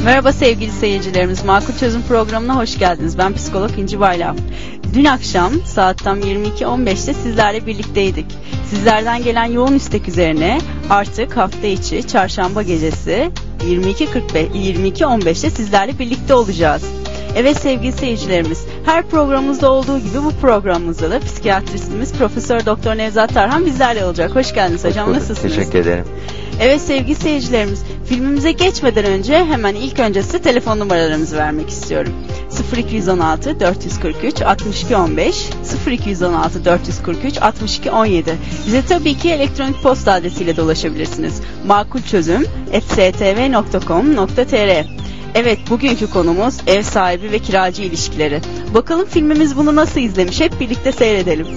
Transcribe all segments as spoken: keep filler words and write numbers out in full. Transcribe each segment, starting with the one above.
Merhaba sevgili seyircilerimiz, Makul Çözüm programına hoş geldiniz. Ben psikolog İnci Bayram. Dün akşam saat tam yirmi iki on beşte sizlerle birlikteydik. Sizlerden gelen yoğun istek üzerine artık hafta içi çarşamba gecesi yirmi iki kırk beş yirmi iki on beşte sizlerle birlikte olacağız. Evet sevgili seyircilerimiz, her programımızda olduğu gibi bu programımızda da psikiyatristimiz Profesör Doktor Nevzat Tarhan bizlerle olacak. Hoş geldiniz hocam, nasılsınız? Teşekkür ederim. Evet sevgili seyircilerimiz, filmimize geçmeden önce hemen ilk önce size telefon numaralarımızı vermek istiyorum. sıfır iki on altı dört kırk üç altmış iki on beş sıfır iki on altı dört kırk üç altmış iki on yedi. Bize tabii ki elektronik posta adresiyle de ulaşabilirsiniz. makulçözüm at s t v nokta com nokta t r. Evet, bugünkü konumuz ev sahibi ve kiracı ilişkileri. Bakalım filmimiz bunu nasıl izlemiş, hep birlikte seyredelim.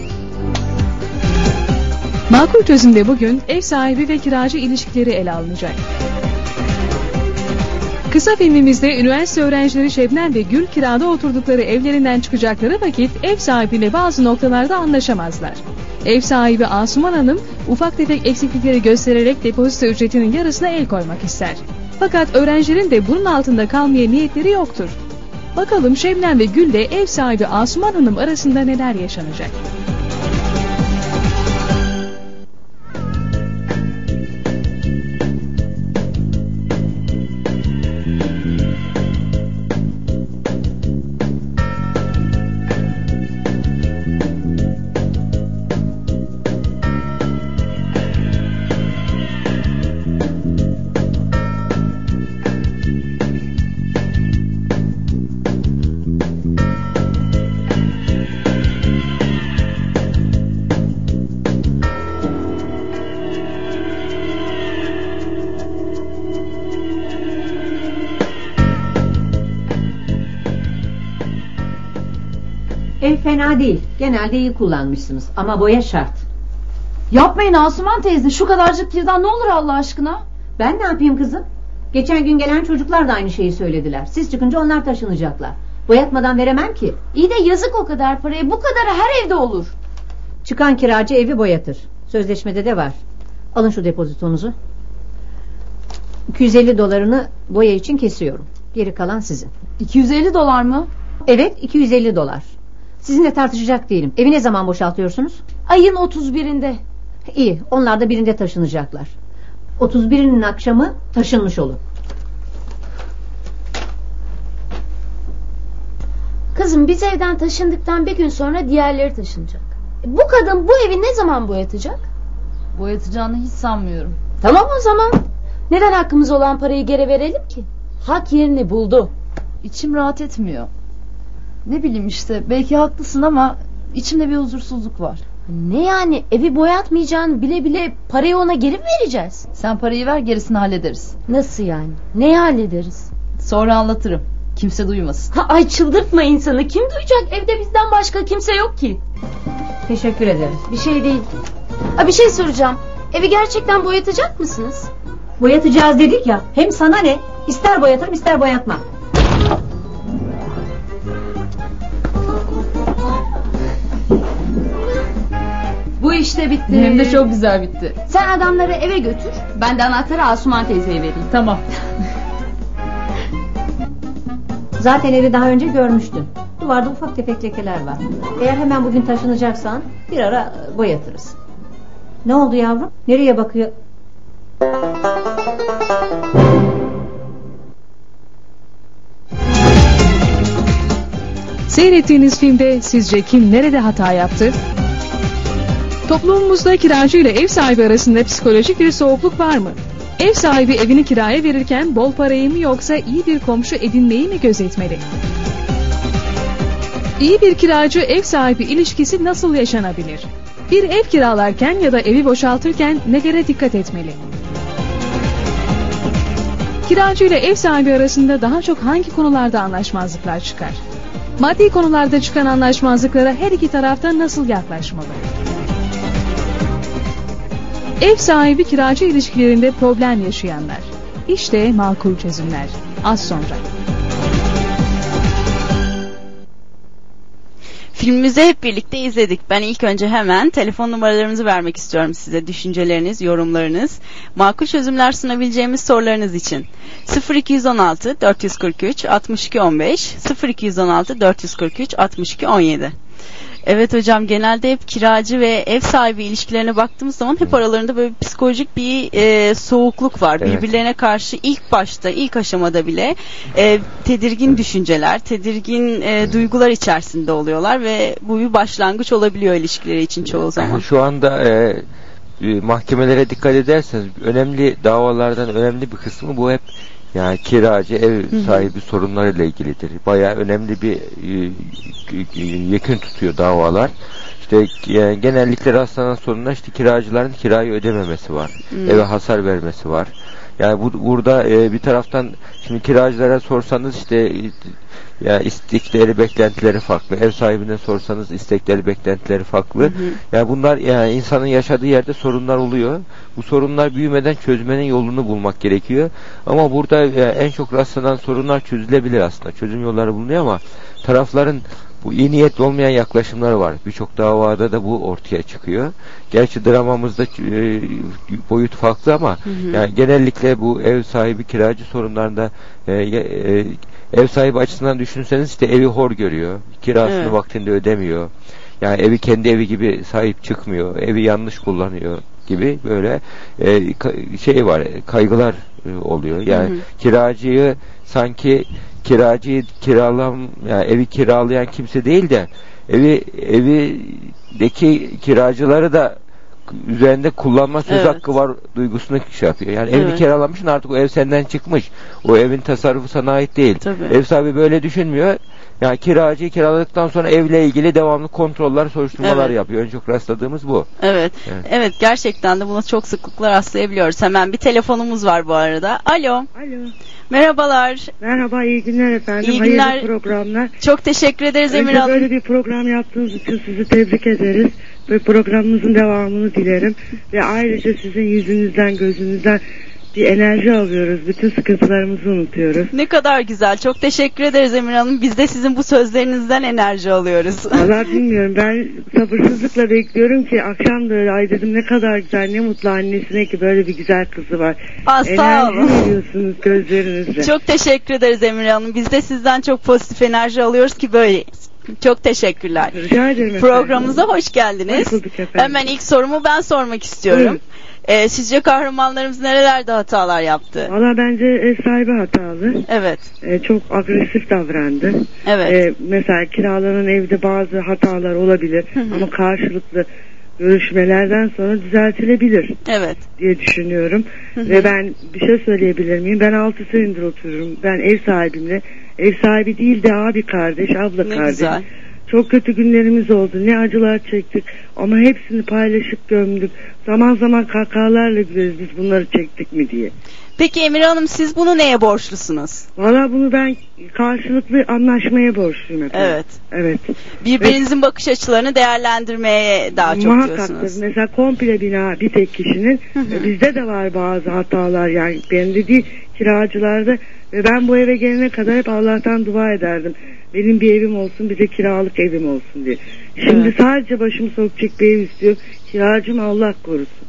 Makul Çözüm'de bugün ev sahibi ve kiracı ilişkileri ele alınacak. Kısa filmimizde üniversite öğrencileri Şebnem ve Gül kirada oturdukları evlerinden çıkacakları vakit ev sahibiyle bazı noktalarda anlaşamazlar. Ev sahibi Asuman Hanım ufak tefek eksiklikleri göstererek depozito ücretinin yarısına el koymak ister. Fakat öğrencilerin de bunun altında kalmaya niyetleri yoktur. Bakalım Şebnem ve Gül de ev sahibi Asuman Hanım arasında neler yaşanacak? Ev fena değil. Genelde iyi kullanmışsınız. Ama boya şart. Yapmayın Asuman teyze. Şu kadarcık kirden ne olur Allah aşkına? Ben ne yapayım kızım? Geçen gün gelen çocuklar da aynı şeyi söylediler. Siz çıkınca onlar taşınacaklar. Boyatmadan veremem ki. İyi de yazık o kadar parayı. Bu kadarı her evde olur. Çıkan kiracı evi boyatır. Sözleşmede de var. Alın şu depozitonuzu. iki yüz elli dolarını boya için kesiyorum. Geri kalan sizin. iki yüz elli dolar mı? Evet, iki yüz elli dolar. Sizinle tartışacak değilim. Evi ne zaman boşaltıyorsunuz? Ayın otuz birinde. İyi, onlar da birinde taşınacaklar. otuz birinin akşamı taşınmış olun. Kızım biz evden taşındıktan bir gün sonra diğerleri taşınacak. Bu kadın bu evi ne zaman boyatacak? Boyatacağını hiç sanmıyorum. Tamam o zaman. Neden hakkımız olan parayı geri verelim ki? Hak yerini buldu. İçim rahat etmiyor. Ne bileyim işte, belki haklısın ama içimde bir huzursuzluk var. Ne yani, evi boyatmayacağını bile bile parayı ona geri mi vereceğiz? Sen parayı ver, gerisini hallederiz. Nasıl yani? Neyi hallederiz? Sonra anlatırım. Kimse duymasın. Ha, ay çıldırtma insanı. Kim duyacak? Evde bizden başka kimse yok ki. Teşekkür ederiz. Bir şey değil. Ha, bir şey soracağım. Evi gerçekten boyatacak mısınız? Boyatacağız dedik ya. Hem sana ne? İster boyatırım ister boyatmam. Bu işte bitti. Hem de çok güzel bitti. Sen adamları eve götür. Ben de anahtarı Asuman teyzeye vereyim. Tamam. Zaten evi daha önce görmüştün. Duvarda ufak tefek lekeler var. Eğer hemen bugün taşınacaksan bir ara boyatırız. Ne oldu yavrum? Nereye bakıyor? Seyrettiğiniz filmde sizce kim nerede hata yaptı? Toplumumuzda kiracı ile ev sahibi arasında psikolojik bir soğukluk var mı? Ev sahibi evini kiraya verirken bol parayı mı yoksa iyi bir komşu edinmeyi mi gözetmeli? İyi bir kiracı ev sahibi ilişkisi nasıl yaşanabilir? Bir ev kiralarken ya da evi boşaltırken nelere dikkat etmeli? Kiracı ile ev sahibi arasında daha çok hangi konularda anlaşmazlıklar çıkar? Maddi konularda çıkan anlaşmazlıklara her iki tarafta nasıl yaklaşmalı? Ev sahibi kiracı ilişkilerinde problem yaşayanlar. İşte makul çözümler. Az sonra. Filmimizi hep birlikte izledik. Ben ilk önce hemen telefon numaralarımızı vermek istiyorum size. Düşünceleriniz, yorumlarınız, makul çözümler sunabileceğimiz sorularınız için. sıfır iki on altı dört kırk üç altmış iki on beş sıfır iki on altı dört kırk üç altmış iki on yedi. Evet hocam, genelde hep kiracı ve ev sahibi ilişkilerine baktığımız zaman hep aralarında böyle psikolojik bir e, soğukluk var. Evet. Birbirlerine karşı ilk başta, ilk aşamada bile e, tedirgin düşünceler, tedirgin e, duygular içerisinde oluyorlar ve bu bir başlangıç olabiliyor ilişkileri için çoğu zaman. Şu anda e, mahkemelere dikkat ederseniz önemli davalardan önemli bir kısmı bu hep yani kiracı, ev sahibi Hı-hı. sorunlarıyla ilgilidir. Bayağı önemli bir e, yekün tutuyor davalar. İşte e, genellikle rastlanan sorunlar işte kiracıların kirayı ödememesi var. Hı-hı. Eve hasar vermesi var. Yani bu, burada e, bir taraftan şimdi kiracılara sorsanız işte e, ya istekleri, beklentileri farklı. Ev sahibine sorsanız istekleri, beklentileri farklı. Hı hı. Yani bunlar yani insanın yaşadığı yerde sorunlar oluyor. Bu sorunlar büyümeden çözmenin yolunu bulmak gerekiyor. Ama burada yani en çok rastlanan sorunlar çözülebilir aslında. Çözüm yolları bulunuyor ama tarafların bu iyi niyetli olmayan yaklaşımları var. Birçok davada da bu ortaya çıkıyor. Gerçi dramamızda e, boyut farklı ama hı hı. yani genellikle bu ev sahibi kiracı sorunlarında e, e, ev sahibi açısından düşünseniz işte evi hor görüyor. Kirasını evet. vaktinde ödemiyor. Yani evi kendi evi gibi sahip çıkmıyor. Evi yanlış kullanıyor gibi böyle e, şey var, kaygılar e, oluyor. Yani hı hı. kiracıyı sanki kiracıyı kiralam yani evi kiralayan kimse değil de evi evdeki kiracıları da üzerinde kullanma söz evet. hakkı var duygusunu şey yapıyor. Yani evet. evini kiralamışsın, artık o ev senden çıkmış. O evin tasarrufu sana ait değil. Tabii. Ev sahibi böyle düşünmüyor. Yani kiracıyı kiraladıktan sonra evle ilgili devamlı kontroller, soruşturmalar evet. yapıyor. En çok rastladığımız bu. Evet. evet. Evet, gerçekten de buna çok sıklıkla rastlayabiliyoruz. Hemen bir telefonumuz var bu arada. Alo. Alo. Merhabalar. Merhaba, iyi günler efendim. İyi günler. Hayırlı programlar. Çok teşekkür ederiz Emir Hanım. Böyle bir program yaptığınız için sizi tebrik ederiz. Ve programımızın devamını dilerim. Ve ayrıca sizin yüzünüzden, gözünüzden bir enerji alıyoruz. Bütün sıkıntılarımızı unutuyoruz. Ne kadar güzel. Çok teşekkür ederiz Emir Hanım. Biz de sizin bu sözlerinizden enerji alıyoruz. Valla bilmiyorum. Ben sabırsızlıkla bekliyorum ki akşam da öyle, ay dedim ne kadar güzel, ne mutlu annesine ki böyle bir güzel kızı var. Aa, sağ olun. Enerji veriyorsunuz gözlerinizle. Çok teşekkür ederiz Emir Hanım. Biz de sizden çok pozitif enerji alıyoruz ki böyle. Çok teşekkürler. Rica ederim. Programımıza hoş geldiniz. Hoş bulduk efendim. Hemen ilk sorumu ben sormak istiyorum. Ee, sizce kahramanlarımız nerelerde hatalar yaptı? Valla bence ev sahibi hatalı. Evet. Ee, çok agresif davrandı. Evet. Ee, mesela kiralanan evde bazı hatalar olabilir hı hı. ama karşılıklı görüşmelerden sonra düzeltilebilir. Evet. Diye düşünüyorum. Hı hı. Ve ben bir şey söyleyebilir miyim? Ben altı senedir oturuyorum. Ben ev sahibimle, ev sahibi değil de abi kardeş, abla ne kardeş. Güzel. Çok kötü günlerimiz oldu. Ne acılar çektik. Ama hepsini paylaşıp gömdük. Zaman zaman kahkahalarla güleriz biz bunları çektik mi diye. Peki Emir Hanım, siz bunu neye borçlusunuz? Valla bunu ben karşılıklı anlaşmaya borçluyum efendim. Evet. Evet. Birbirinizin evet. bakış açılarını değerlendirmeye daha çok muhakkaktır. diyorsunuz. Mesela komple bina bir tek kişinin hı hı. bizde de var bazı hatalar, yani bende değil kiracılarda, ve ben bu eve gelene kadar hep Allah'tan dua ederdim. Benim bir evim olsun, bir de kiralık evim olsun diye. Şimdi evet. sadece başımı sokacak bir ev istiyorum. Kiracım Allah korusun.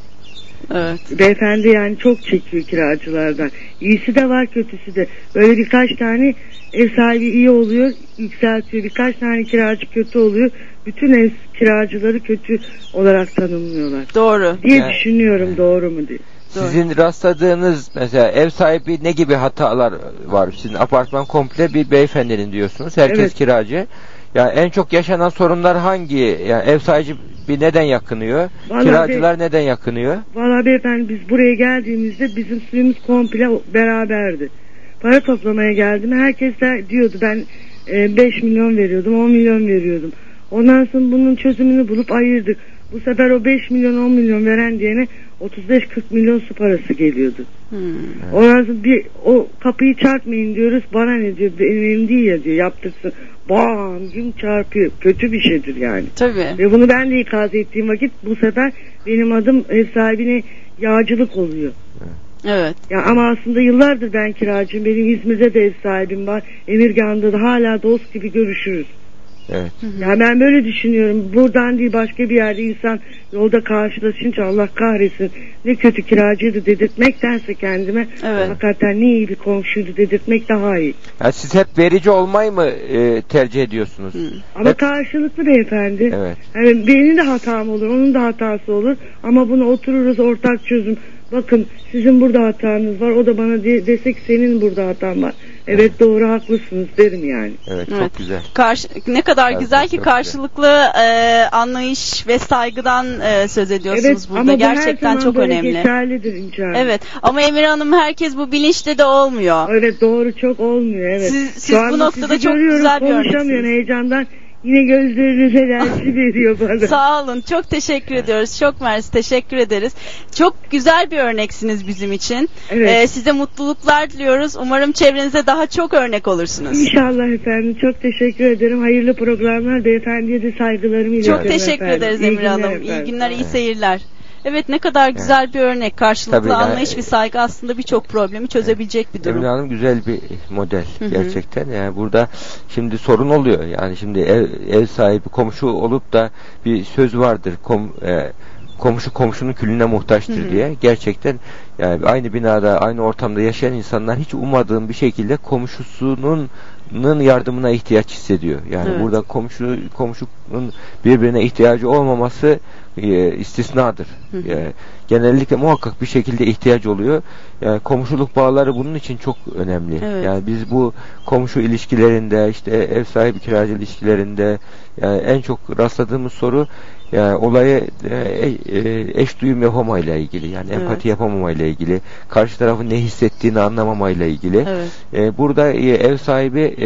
Evet. Beyefendi yani çok çekiyor kiracılardan. İyisi de var, kötüsü de. Böyle birkaç tane ev sahibi iyi oluyor, yükseltiyor. Birkaç tane kiracı kötü oluyor. Bütün ev kiracıları kötü olarak tanımlıyorlar. Doğru. Diye yani, düşünüyorum yani. Doğru mu diye. Sizin rastladığınız mesela ev sahibi ne gibi hatalar var? Sizin apartman komple bir beyefendinin diyorsunuz. Herkes evet. kiracı. Yani en çok yaşanan sorunlar hangi? Yani ev sahibi neden yakınıyor? Vallahi kiracılar be, neden yakınıyor? Valla beyefendi, biz buraya geldiğimizde bizim suyumuz komple beraberdi. Para toplamaya geldim. Herkes de diyordu ben beş milyon veriyordum, on milyon veriyordum. Ondan sonra bunun çözümünü bulup ayırdık. Bu sefer o beş milyon on milyon veren diyene otuz beş kırk milyon su parası geliyordu. Hmm. Ondan sonra bir, o kapıyı çarpmayın diyoruz. Bana ne diyor? Benim evim değil ya diyor. Yaptırsın. Bam gün çarpıyor. Kötü bir şeydir yani. Tabii. Ve bunu ben de ikaz ettiğim vakit bu sefer benim adım ev sahibine yağcılık oluyor. Evet. Ya ama aslında yıllardır ben kiracıyım. Benim İzmir'de de ev sahibim var. Emirgan'da da hala dost gibi görüşürüz. Evet. Yani ben böyle düşünüyorum. Buradan değil başka bir yerde insan yolda karşılaşınca Allah kahretsin ne kötü kiracıydı dedirtmektense kendime Evet. hakikaten ne iyi bir komşuydu dedirtmek daha iyi. Yani siz hep verici olmayı mı e, tercih ediyorsunuz? Hı. Ama Hep- karşılıklı beyefendi. Evet. Yani benim de hatam olur, onun da hatası olur. Ama bunu otururuz ortak çözüm. Bakın sizin burada hatanız var. O da bana de, desek senin burada hatan var. Evet doğru haklısınız derim yani. Evet, Evet. çok güzel. Karşı, ne kadar Evet, güzel ki çok karşılıklı e, anlayış ve saygıdan e, söz ediyorsunuz Evet burada. ama bu Gerçekten her zaman çok böyle önemli. geçerlidir İnci Hanım. Evet ama Emine Hanım herkes bu bilinçte de olmuyor. Evet doğru çok olmuyor evet. Siz- siz Şu bu anda noktada sizi çok görüyorum, güzel bir konuşamıyorum örneksiniz. heyecandan. Yine gözleriniz enerji veriyor bana. Sağ olun. Çok teşekkür ediyoruz. Çok mersi. Teşekkür ederiz. Çok güzel bir örneksiniz bizim için. Evet. Ee, size mutluluklar diliyoruz. Umarım çevrenize daha çok örnek olursunuz. İnşallah efendim. Çok teşekkür ederim. Hayırlı programlar. Beyefendiye de saygılarımı iletiyorum Çok teşekkür efendim. ederiz İyi Emine günler Hanım. İyi efendim. günler, iyi Evet. seyirler. Evet ne kadar güzel bir örnek. Karşılıklı Tabii yani- anlayış ve saygı aslında birçok problemi çözebilecek bir durum. Emine Hanım güzel bir model Hı hı. gerçekten. Yani burada şimdi sorun oluyor. Yani şimdi ev, ev sahibi komşu olup da bir söz vardır. Kom, e, komşu komşunun külüne muhtaçtır Hı hı. diye. Gerçekten yani aynı binada, aynı ortamda yaşayan insanlar hiç ummadığım bir şekilde komşusunun yardımına ihtiyaç hissediyor. Yani Evet. burada komşu komşunun birbirine ihtiyacı olmaması e, istisnadır. Hı hı. E, genellikle muhakkak bir şekilde ihtiyaç oluyor. Yani komşuluk bağları bunun için çok önemli. Evet. Yani biz bu komşu ilişkilerinde, işte ev sahibi kiracı ilişkilerinde yani en çok rastladığımız soru yani olayı e, e, eş duyum yapamamayla ilgili. Yani Evet. empati yapamamayla ilgili. Karşı tarafın ne hissettiğini anlamamayla ilgili. Evet. E, burada e, ev sahibi e,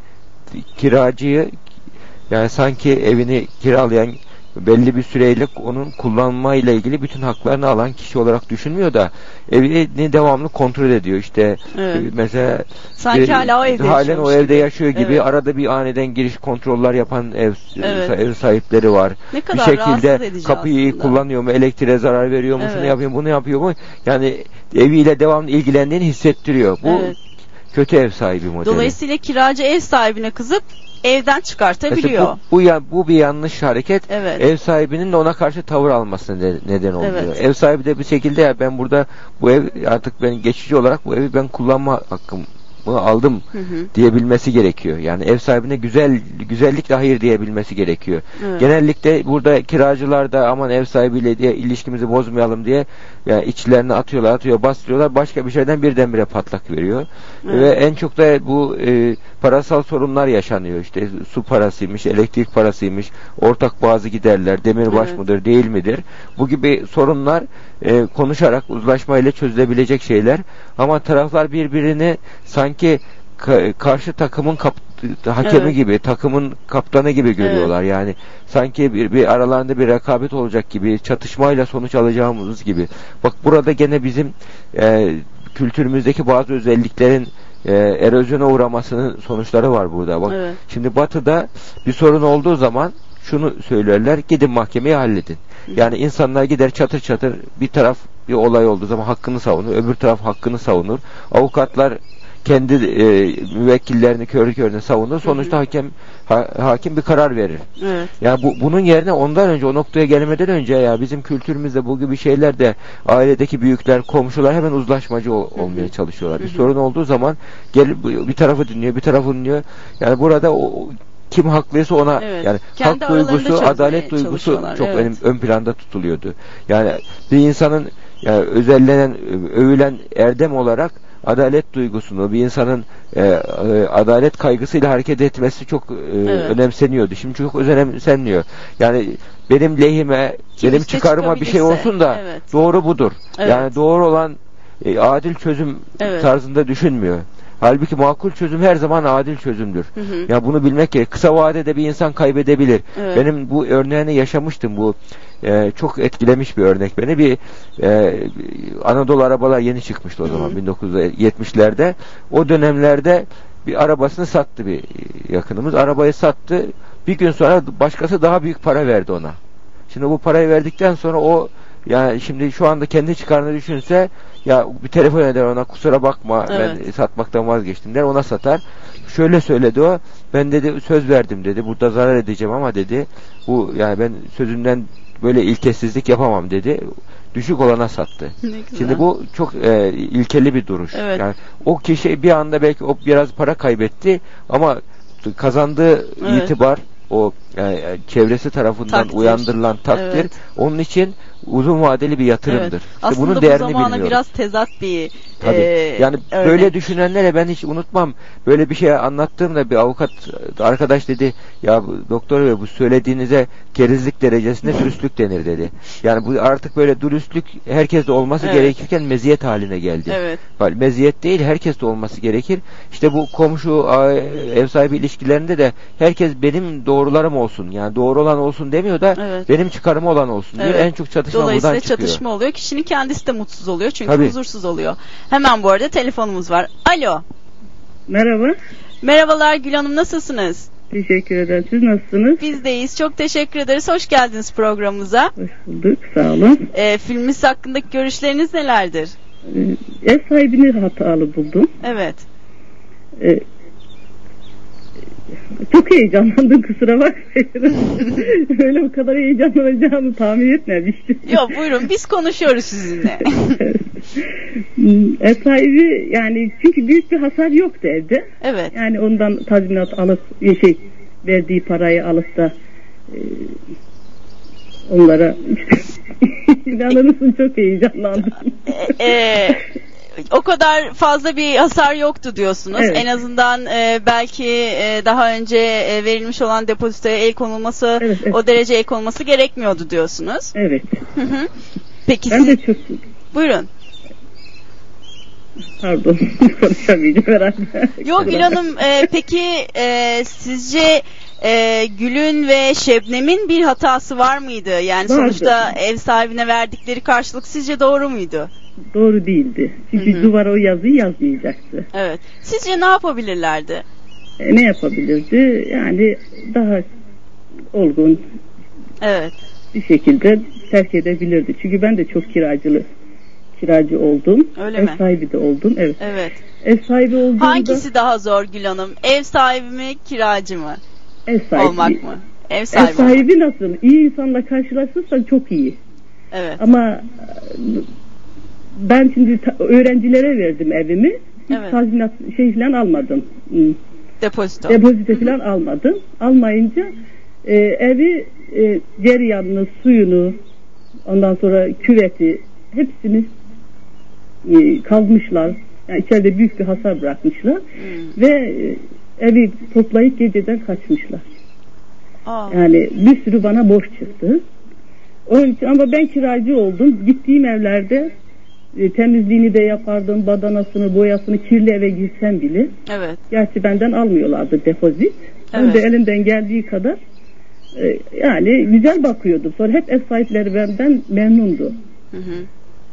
kiracıyı yani sanki evini kiralayan belli bir süreyle onun kullanmayla ilgili bütün haklarını alan kişi olarak düşünmüyor da evini devamlı kontrol ediyor. İşte Evet. e, mesela Sanki e, hala o evde halen yaşıyormuş o evde gibi. yaşıyor gibi Evet. arada bir aniden giriş kontroller yapan ev Evet. ev sahipleri var. Ne Bir kadar rahatsız şekilde edici kapıyı aslında. kullanıyor mu, elektriğe zarar veriyor mu, Evet. şunu yapıyor, bunu yapıyor mu? Yani eviyle devamlı ilgilendiğini hissettiriyor. Bu Evet. kötü ev sahibi modeli. Dolayısıyla kiracı ev sahibine kızıp evden çıkartabiliyor. Mesela bu, bu, ya- bu bir yanlış hareket. Evet. Ev sahibinin de ona karşı tavır almasına de- neden oluyor. Evet. Ev sahibi de bir şekilde ya ben burada bu ev artık ben geçici olarak bu evi ben kullanma hakkımı aldım Hı hı. diyebilmesi gerekiyor. Yani ev sahibine güzel güzellikle hayır diyebilmesi gerekiyor. Evet. Genellikle burada kiracılar da aman ev sahibiyle diye ilişkimizi bozmayalım diye yani içlerine atıyorlar, atıyor, bastırıyorlar. Başka bir şeyden birdenbire patlak veriyor. Evet. Ve en çok da bu e, parasal sorunlar yaşanıyor. İşte su parasıymış, elektrik parasıymış, ortak bazı giderler, demirbaş Evet. mıdır, değil midir? Bu gibi sorunlar e, konuşarak uzlaşmayla çözülebilecek şeyler. Ama taraflar birbirini sanki ka- karşı takımın kap- hakemi Evet. gibi, takımın kaptanı gibi görüyorlar. Yani sanki bir, bir aralarında bir rekabet olacak gibi, çatışmayla sonuç alacağımız gibi. Bak burada gene bizim e, kültürümüzdeki bazı özelliklerin e, erozyona uğramasının sonuçları var burada. Bak Evet. şimdi Batı'da bir sorun olduğu zaman şunu söylerler, gidin mahkemeye halledin. Yani insanlar gider çatır çatır, bir taraf bir olay olduğu zaman hakkını savunur, öbür taraf hakkını savunur. Avukatlar kendi e, müvekkillerini körü körüne savunur. Sonuçta hakem ha, hakim bir karar verir. Evet. Yani bu bunun yerine ondan önce o noktaya gelmeden önce ya bizim kültürümüzde bu gibi şeyler de ailedeki büyükler, komşular hemen uzlaşmacı ol, olmaya çalışıyorlar. Bir sorun olduğu zaman gelip bir tarafı dinliyor, bir tarafı dinliyor. Yani burada o kim haklıysa ona Evet. yani Kendi hak aralarında duygusu, çözmeye adalet duygusu çalışıyorlar, çok evet. ön, ön planda tutuluyordu. Yani bir insanın yani özellenen, övülen erdem olarak adalet duygusunu, bir insanın e, e, adalet kaygısıyla hareket etmesi çok e, Evet. önemseniyordu. Şimdi çok önemsenmiyor. Yani benim lehime, Kim benim işte çıkarıma bir şey çıkabilirse, olsun da evet. doğru budur. Evet. Yani doğru olan e, adil çözüm Evet. tarzında düşünmüyor. Halbuki makul çözüm her zaman adil çözümdür. Hı hı. Ya bunu bilmek gerek. Kısa vadede bir insan kaybedebilir. Evet. Benim bu örneğini yaşamıştım. Bu e, çok etkilemiş bir örnek beni. Bir e, Anadolu arabalar yeni çıkmıştı o zaman, Hı hı. bin dokuz yüz yetmişlerde. O dönemlerde bir arabasını sattı bir yakınımız. Arabayı sattı. Bir gün sonra başkası daha büyük para verdi ona. Şimdi bu parayı verdikten sonra o yani şimdi şu anda kendi çıkarını düşünse ya bir telefon eder ona, kusura bakma Evet. ben satmaktan vazgeçtim der, ona satar. şöyle söyledi o. Ben dedi söz verdim dedi. Burada zarar edeceğim ama dedi. Bu yani ben sözümden böyle ilkesizlik yapamam dedi. Düşük olana sattı. Şimdi bu çok e, ilkeli bir duruş. Evet. Yani o kişi bir anda belki o biraz para kaybetti ama kazandığı evet. itibar, o yani çevresi tarafından takdir. uyandırılan takdir, evet. onun için uzun vadeli bir yatırımdır. Evet. İşte aslında bunun bu değerini zamana bilmiyoruz. biraz tezat bir Tabii. E, yani örnek. böyle düşünenlere ben hiç unutmam. Böyle bir şey anlattığımda bir avukat arkadaş dedi ya doktor bey bu söylediğinize kerizlik derecesinde dürüstlük denir dedi. Yani bu artık böyle dürüstlük herkeste olması evet. gerekirken meziyet haline geldi. Evet. Meziyet değil, herkeste olması gerekir. İşte bu komşu ev sahibi ilişkilerinde de herkes benim doğrularım olsun. Yani doğru olan olsun demiyor da evet. benim çıkarım olan olsun diyor. Evet. En çok çatışma buradan Dolayısıyla çıkıyor. çatışma oluyor. Kişinin kendisi de mutsuz oluyor. Çünkü Tabii. huzursuz oluyor. Hemen bu arada telefonumuz var. Alo. Merhaba. Merhabalar Gül Hanım, nasılsınız? Teşekkür ederim. Siz nasılsınız? Biz deyiz. Çok teşekkür ederiz. Hoş geldiniz programımıza. Hoş bulduk. Sağ olun. Ee, filmimiz hakkındaki görüşleriniz nelerdir? Ee, ev sahibini hatalı buldum. Evet. Ee, çok heyecanlandım, kusura bakmayın. Öyle bu kadar heyecanlanacağımı tahmin etmemiştim. Yok buyurun, biz konuşuyoruz sizinle. Ev sahibi yani çünkü büyük bir hasar yoktu evde. Evet. Yani ondan tazminat alıp şey verdiği parayı alıp da e, onlara inanır mısın çok heyecanlandım. e, e, o kadar fazla bir hasar yoktu diyorsunuz. Evet. En azından e, belki e, daha önce e, verilmiş olan depozitoya el konulması, evet, evet. o derece el konulması gerekmiyordu diyorsunuz. Evet. Hı hı. Peki ben siz... de çok Buyurun. Pardon, konuşamayacağım herhalde. Yok Gül Hanım, e, peki e, sizce e, Gül'ün ve Şebnem'in bir hatası var mıydı? Yani Vardı. sonuçta ev sahibine verdikleri karşılık sizce doğru muydu? Doğru değildi. Çünkü Hı hı. duvara o yazıyı yazmayacaktı. Evet. Sizce ne yapabilirlerdi? E, ne yapabilirdi? Yani daha olgun Evet. bir şekilde terk edebilirdi. Çünkü ben de çok kiracılı kiracı oldum. Öyle ev mi? sahibi de oldum. Evet. Evet. Ev sahibi olduğumda Hangisi daha zor Gül Hanım? Ev sahibi mi, kiracı mı? ev sahibi Olmak mı? Ev Ev sahibi. sahibi nasıl? İyi insanla karşılaşırsan çok iyi. Evet. Ama ben şimdi ta- öğrencilere verdim evimi. Hiç Evet. tazminat şey falan almadım. Hmm. Depozito. Depozito falan almadım. Almayınca e, evi e, cereyanını, suyunu, ondan sonra küveti hepsini e, kazmışlar. Yani içeride büyük bir hasar bırakmışlar. Hmm. Ve e, evi toplayıp geceden kaçmışlar. Aa. Yani bir sürü bana borç çıktı. Onun için ama ben kiracı oldum. Gittiğim evlerde e, temizliğini de yapardım. Badanasını, boyasını, kirli eve girsem bile. Evet. Gerçi benden almıyorlardı depozit. Ben Evet. de elimden geldiği kadar e, yani güzel bakıyordum. Sonra hep ev sahipleri benden memnundu. Hı hı.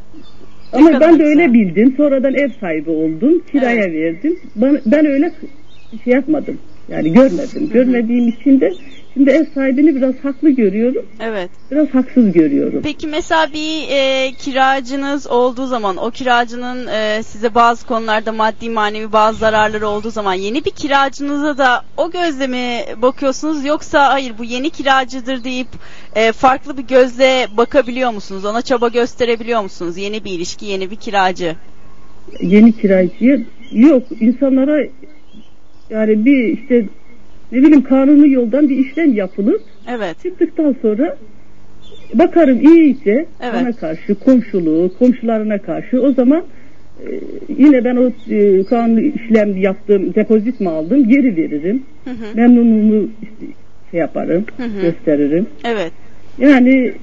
Ama kadar ben de güzel. öyle bildim. Sonradan ev sahibi oldum. Kiraya Evet. verdim. Ben, ben öyle şey yapmadım. Yani görmedim. Görmediğim için de şimdi ev sahibini biraz haklı görüyorum. Evet. Biraz haksız görüyorum. Peki mesela bir e, kiracınız olduğu zaman, o kiracının e, size bazı konularda maddi manevi bazı zararları olduğu zaman yeni bir kiracınıza da o gözle mi bakıyorsunuz, yoksa hayır bu yeni kiracıdır deyip e, farklı bir gözle bakabiliyor musunuz? Ona çaba gösterebiliyor musunuz? Yeni bir ilişki, yeni bir kiracı. Yeni kiracıya yok. İnsanlara yani bir işte ne bileyim kanuni yoldan bir işlem yapılıp Evet. çıktıktan sonra bakarım iyiyse Evet. bana karşı komşuluğu, komşularına karşı o zaman e, yine ben o e, kanuni işlem yaptığım depozit mi aldım geri veririm. Hı hı. Memnunluğumu işte, şey yaparım, Hı hı. gösteririm. Evet. Yani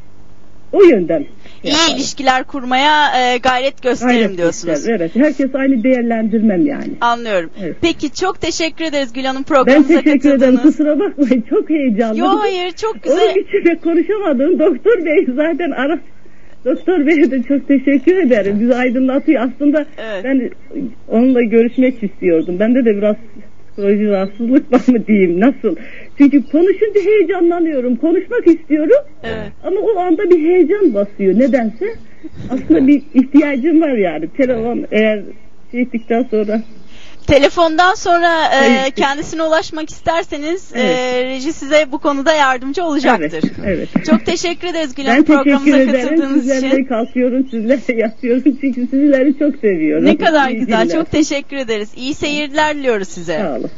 o yönden İyi yaparım. ilişkiler kurmaya e, gayret gösteririm Gayret diyorsunuz. göster, evet. Herkes aynı değerlendirmem yani. Anlıyorum. Evet. Peki çok teşekkür ederiz Gül Hanım, Ben programımıza teşekkür ederim. katıldınız. Kusura bakmayın. Çok heyecanlıyım. Yo hayır, çok güzel. Onun için de konuşamadım. Doktor Bey zaten ara. Doktor Bey'e de çok teşekkür ederim. Bizi aydınlatıyor. Aslında Evet. ben onunla görüşmek istiyordum. Bende de biraz psikolojik rahatsızlık var mı diyeyim. Nasıl? Çünkü konuşunca heyecanlanıyorum. Konuşmak istiyorum. Evet. Ama o anda bir heyecan basıyor. Nedense. Aslında bir ihtiyacım var yani. Telefon eğer şey ettikten sonra. Telefondan sonra e, Evet. kendisine ulaşmak isterseniz Evet. e, reji size bu konuda yardımcı olacaktır. Evet, evet. Çok teşekkür ederiz Gül Ben Hanım teşekkür programımıza ederim. katıldığınız Sizlerle için. kalkıyorum, sizlerle yatıyorum çünkü sizleri çok seviyorum. Ne kadar İyi güzel. günler. Çok teşekkür ederiz. İyi seyirler diliyoruz size. Sağ olun.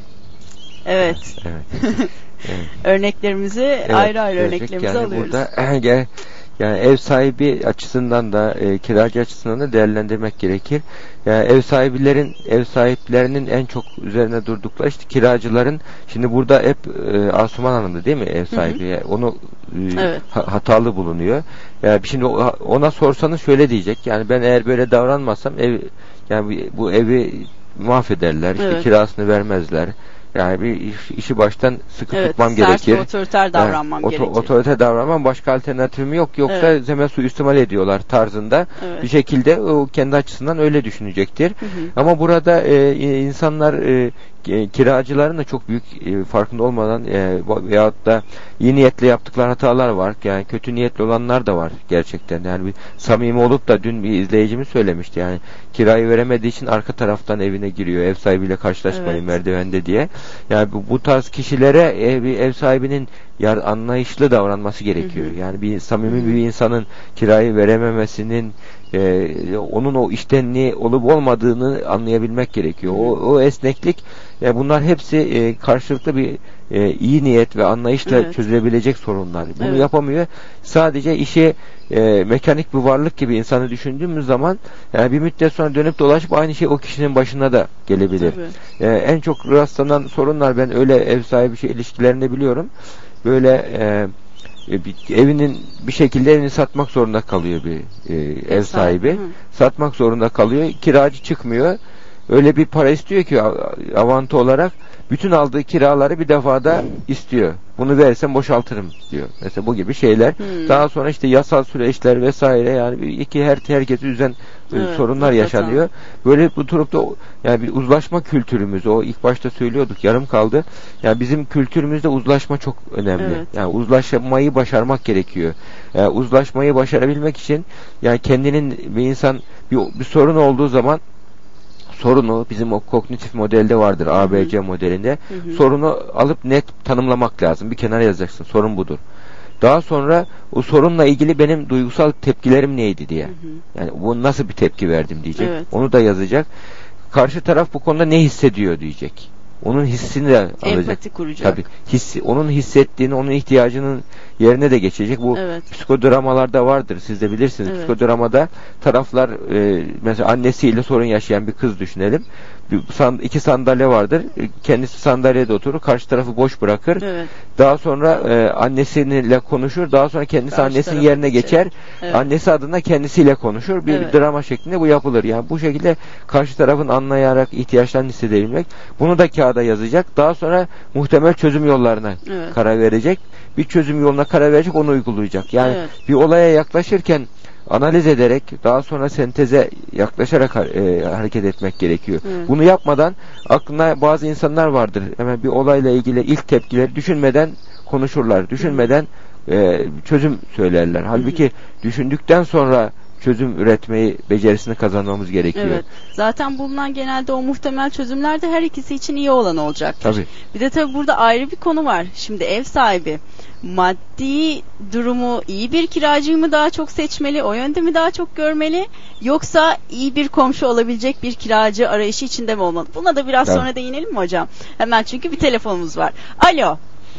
Evet. Evet. Evet. Örneklerimizi Evet, ayrı ayrı gelecek. örneklerimizi yani alıyoruz. Burada, gel- yani ev sahibi açısından da e, kiracı açısından da değerlendirmek gerekir. Yani ev sahiplerin ev sahiplerinin en çok üzerine durdukları işte kiracıların, şimdi burada hep e, Asuman Hanım'dı değil mi ev sahibi? Yani onu e, Evet. ha- hatalı bulunuyor. Yani şimdi o- ona sorsanız şöyle diyecek. Yani ben eğer böyle davranmazsam ev, yani bu- bu evi mahvederler. İşte Evet. kirasını vermezler. Yani bir iş- işi baştan sıkı Evet, tutmam sert gerekir. ve otoriter davranmam Yani, oto- gerekir. Otoriter davranmam, başka alternatifim yok. Yoksa Evet. hemen suistimal ediyorlar tarzında. Evet. Bir şekilde o kendi açısından öyle düşünecektir. Hı hı. Ama burada e, insanlar e, e, kiracıların da çok büyük e, farkında olmadan e, veyahut da iyi niyetle yaptıkları hatalar var. Yani kötü niyetli olanlar da var gerçekten. Yani bir samimi olup da dün bir izleyicimiz söylemişti. Yani kirayı veremediği için arka taraftan evine giriyor. Ev sahibiyle karşılaşmayın Evet. merdivende diye. Yani bu, bu tarz kişilere ev, bir ev sahibinin yar, anlayışlı davranması gerekiyor. Hı hı. Yani bir samimi Hı hı. bir insanın kirayı verememesinin e, onun o iştenliği olup olmadığını anlayabilmek gerekiyor. O, o esneklik, e, bunlar hepsi e, karşılıklı bir e, iyi niyet ve anlayışla Evet. çözülebilecek sorunlar. Bunu Evet. yapamıyor. Sadece işi e, mekanik bir varlık gibi insanı düşündüğümüz zaman yani bir müddet sonra dönüp dolaşıp aynı şey o kişinin başına da gelebilir. Tabii. E, en çok rastlanan sorunlar, ben öyle ev sahibi şey ilişkilerini biliyorum. Böyle e, e, bir, evinin bir şekilde evini satmak zorunda kalıyor bir e, ev, sahibi, sahibi. hı. Satmak zorunda kalıyor. Kiracı çıkmıyor. Öyle bir para istiyor ki av- avantı olarak bütün aldığı kiraları bir defada istiyor. Bunu versem boşaltırım diyor. Mesela bu gibi şeyler. Hmm. Daha sonra işte yasal süreçler vesaire, yani bir- iki her herkesi üzen e, Evet, sorunlar hakikaten. yaşanıyor. Böyle bu durumda o- yani bir uzlaşma kültürümüz, o ilk başta söylüyorduk, yarım kaldı. Yani bizim kültürümüzde uzlaşma çok önemli. Evet. Yani uzlaşmayı başarmak gerekiyor. Yani uzlaşmayı başarabilmek için yani kendinin, bir insan bir, bir sorun olduğu zaman sorunu, bizim o kognitif modelde vardır, A B C modelinde. Hı hı. Sorunu alıp net tanımlamak lazım. Bir kenara yazacaksın. Sorun budur. Daha sonra o sorunla ilgili benim duygusal tepkilerim neydi diye. Hı hı. Yani bu nasıl bir tepki verdim diyecek. Evet. Onu da yazacak. Karşı taraf bu konuda ne hissediyor diyecek. Onun hissini de alacak. Empati kuracak. Tabii. Hissi, onun hissettiğini, onun ihtiyacının yerine de geçecek. Bu Evet. psikodramalarda vardır. Siz de bilirsiniz. Evet. Psikodramada taraflar, e, mesela annesiyle sorun yaşayan bir kız düşünelim. Bir, san, iki sandalye vardır. E, Kendisi sandalyede oturur. Karşı tarafı boş bırakır. Evet. Daha sonra e, annesiyle konuşur. Daha sonra kendisi Karşı annesinin tarafa yerine geçer. geçer. Evet. Annesi adına kendisiyle konuşur. Bir Evet. drama şeklinde bu yapılır. Yani bu şekilde karşı tarafın anlayarak ihtiyaçlarını hissedebilmek. Bunu da kağıda yazacak. Daha sonra muhtemel çözüm yollarına Evet. karar verecek. Bir çözüm yoluna karar verecek, onu uygulayacak. Yani Evet. bir olaya yaklaşırken analiz ederek, daha sonra senteze yaklaşarak e, hareket etmek gerekiyor. Evet. Bunu yapmadan, aklına bazı insanlar vardır. Hemen bir olayla ilgili ilk tepkileri düşünmeden konuşurlar. Düşünmeden e, çözüm söylerler. Halbuki düşündükten sonra çözüm üretmeyi, becerisini kazanmamız gerekiyor. Evet. Zaten bulunan genelde o muhtemel çözümler de her ikisi için iyi olan olacaktır. Tabii. Bir de tabii burada ayrı bir konu var. Şimdi ev sahibi maddi durumu iyi bir kiracıyı mı daha çok seçmeli, o yönde mi daha çok görmeli, yoksa iyi bir komşu olabilecek bir kiracı arayışı içinde mi olmalı? Buna da biraz Tabii. sonra değinelim mi hocam? Hemen, çünkü bir telefonumuz var. Alo.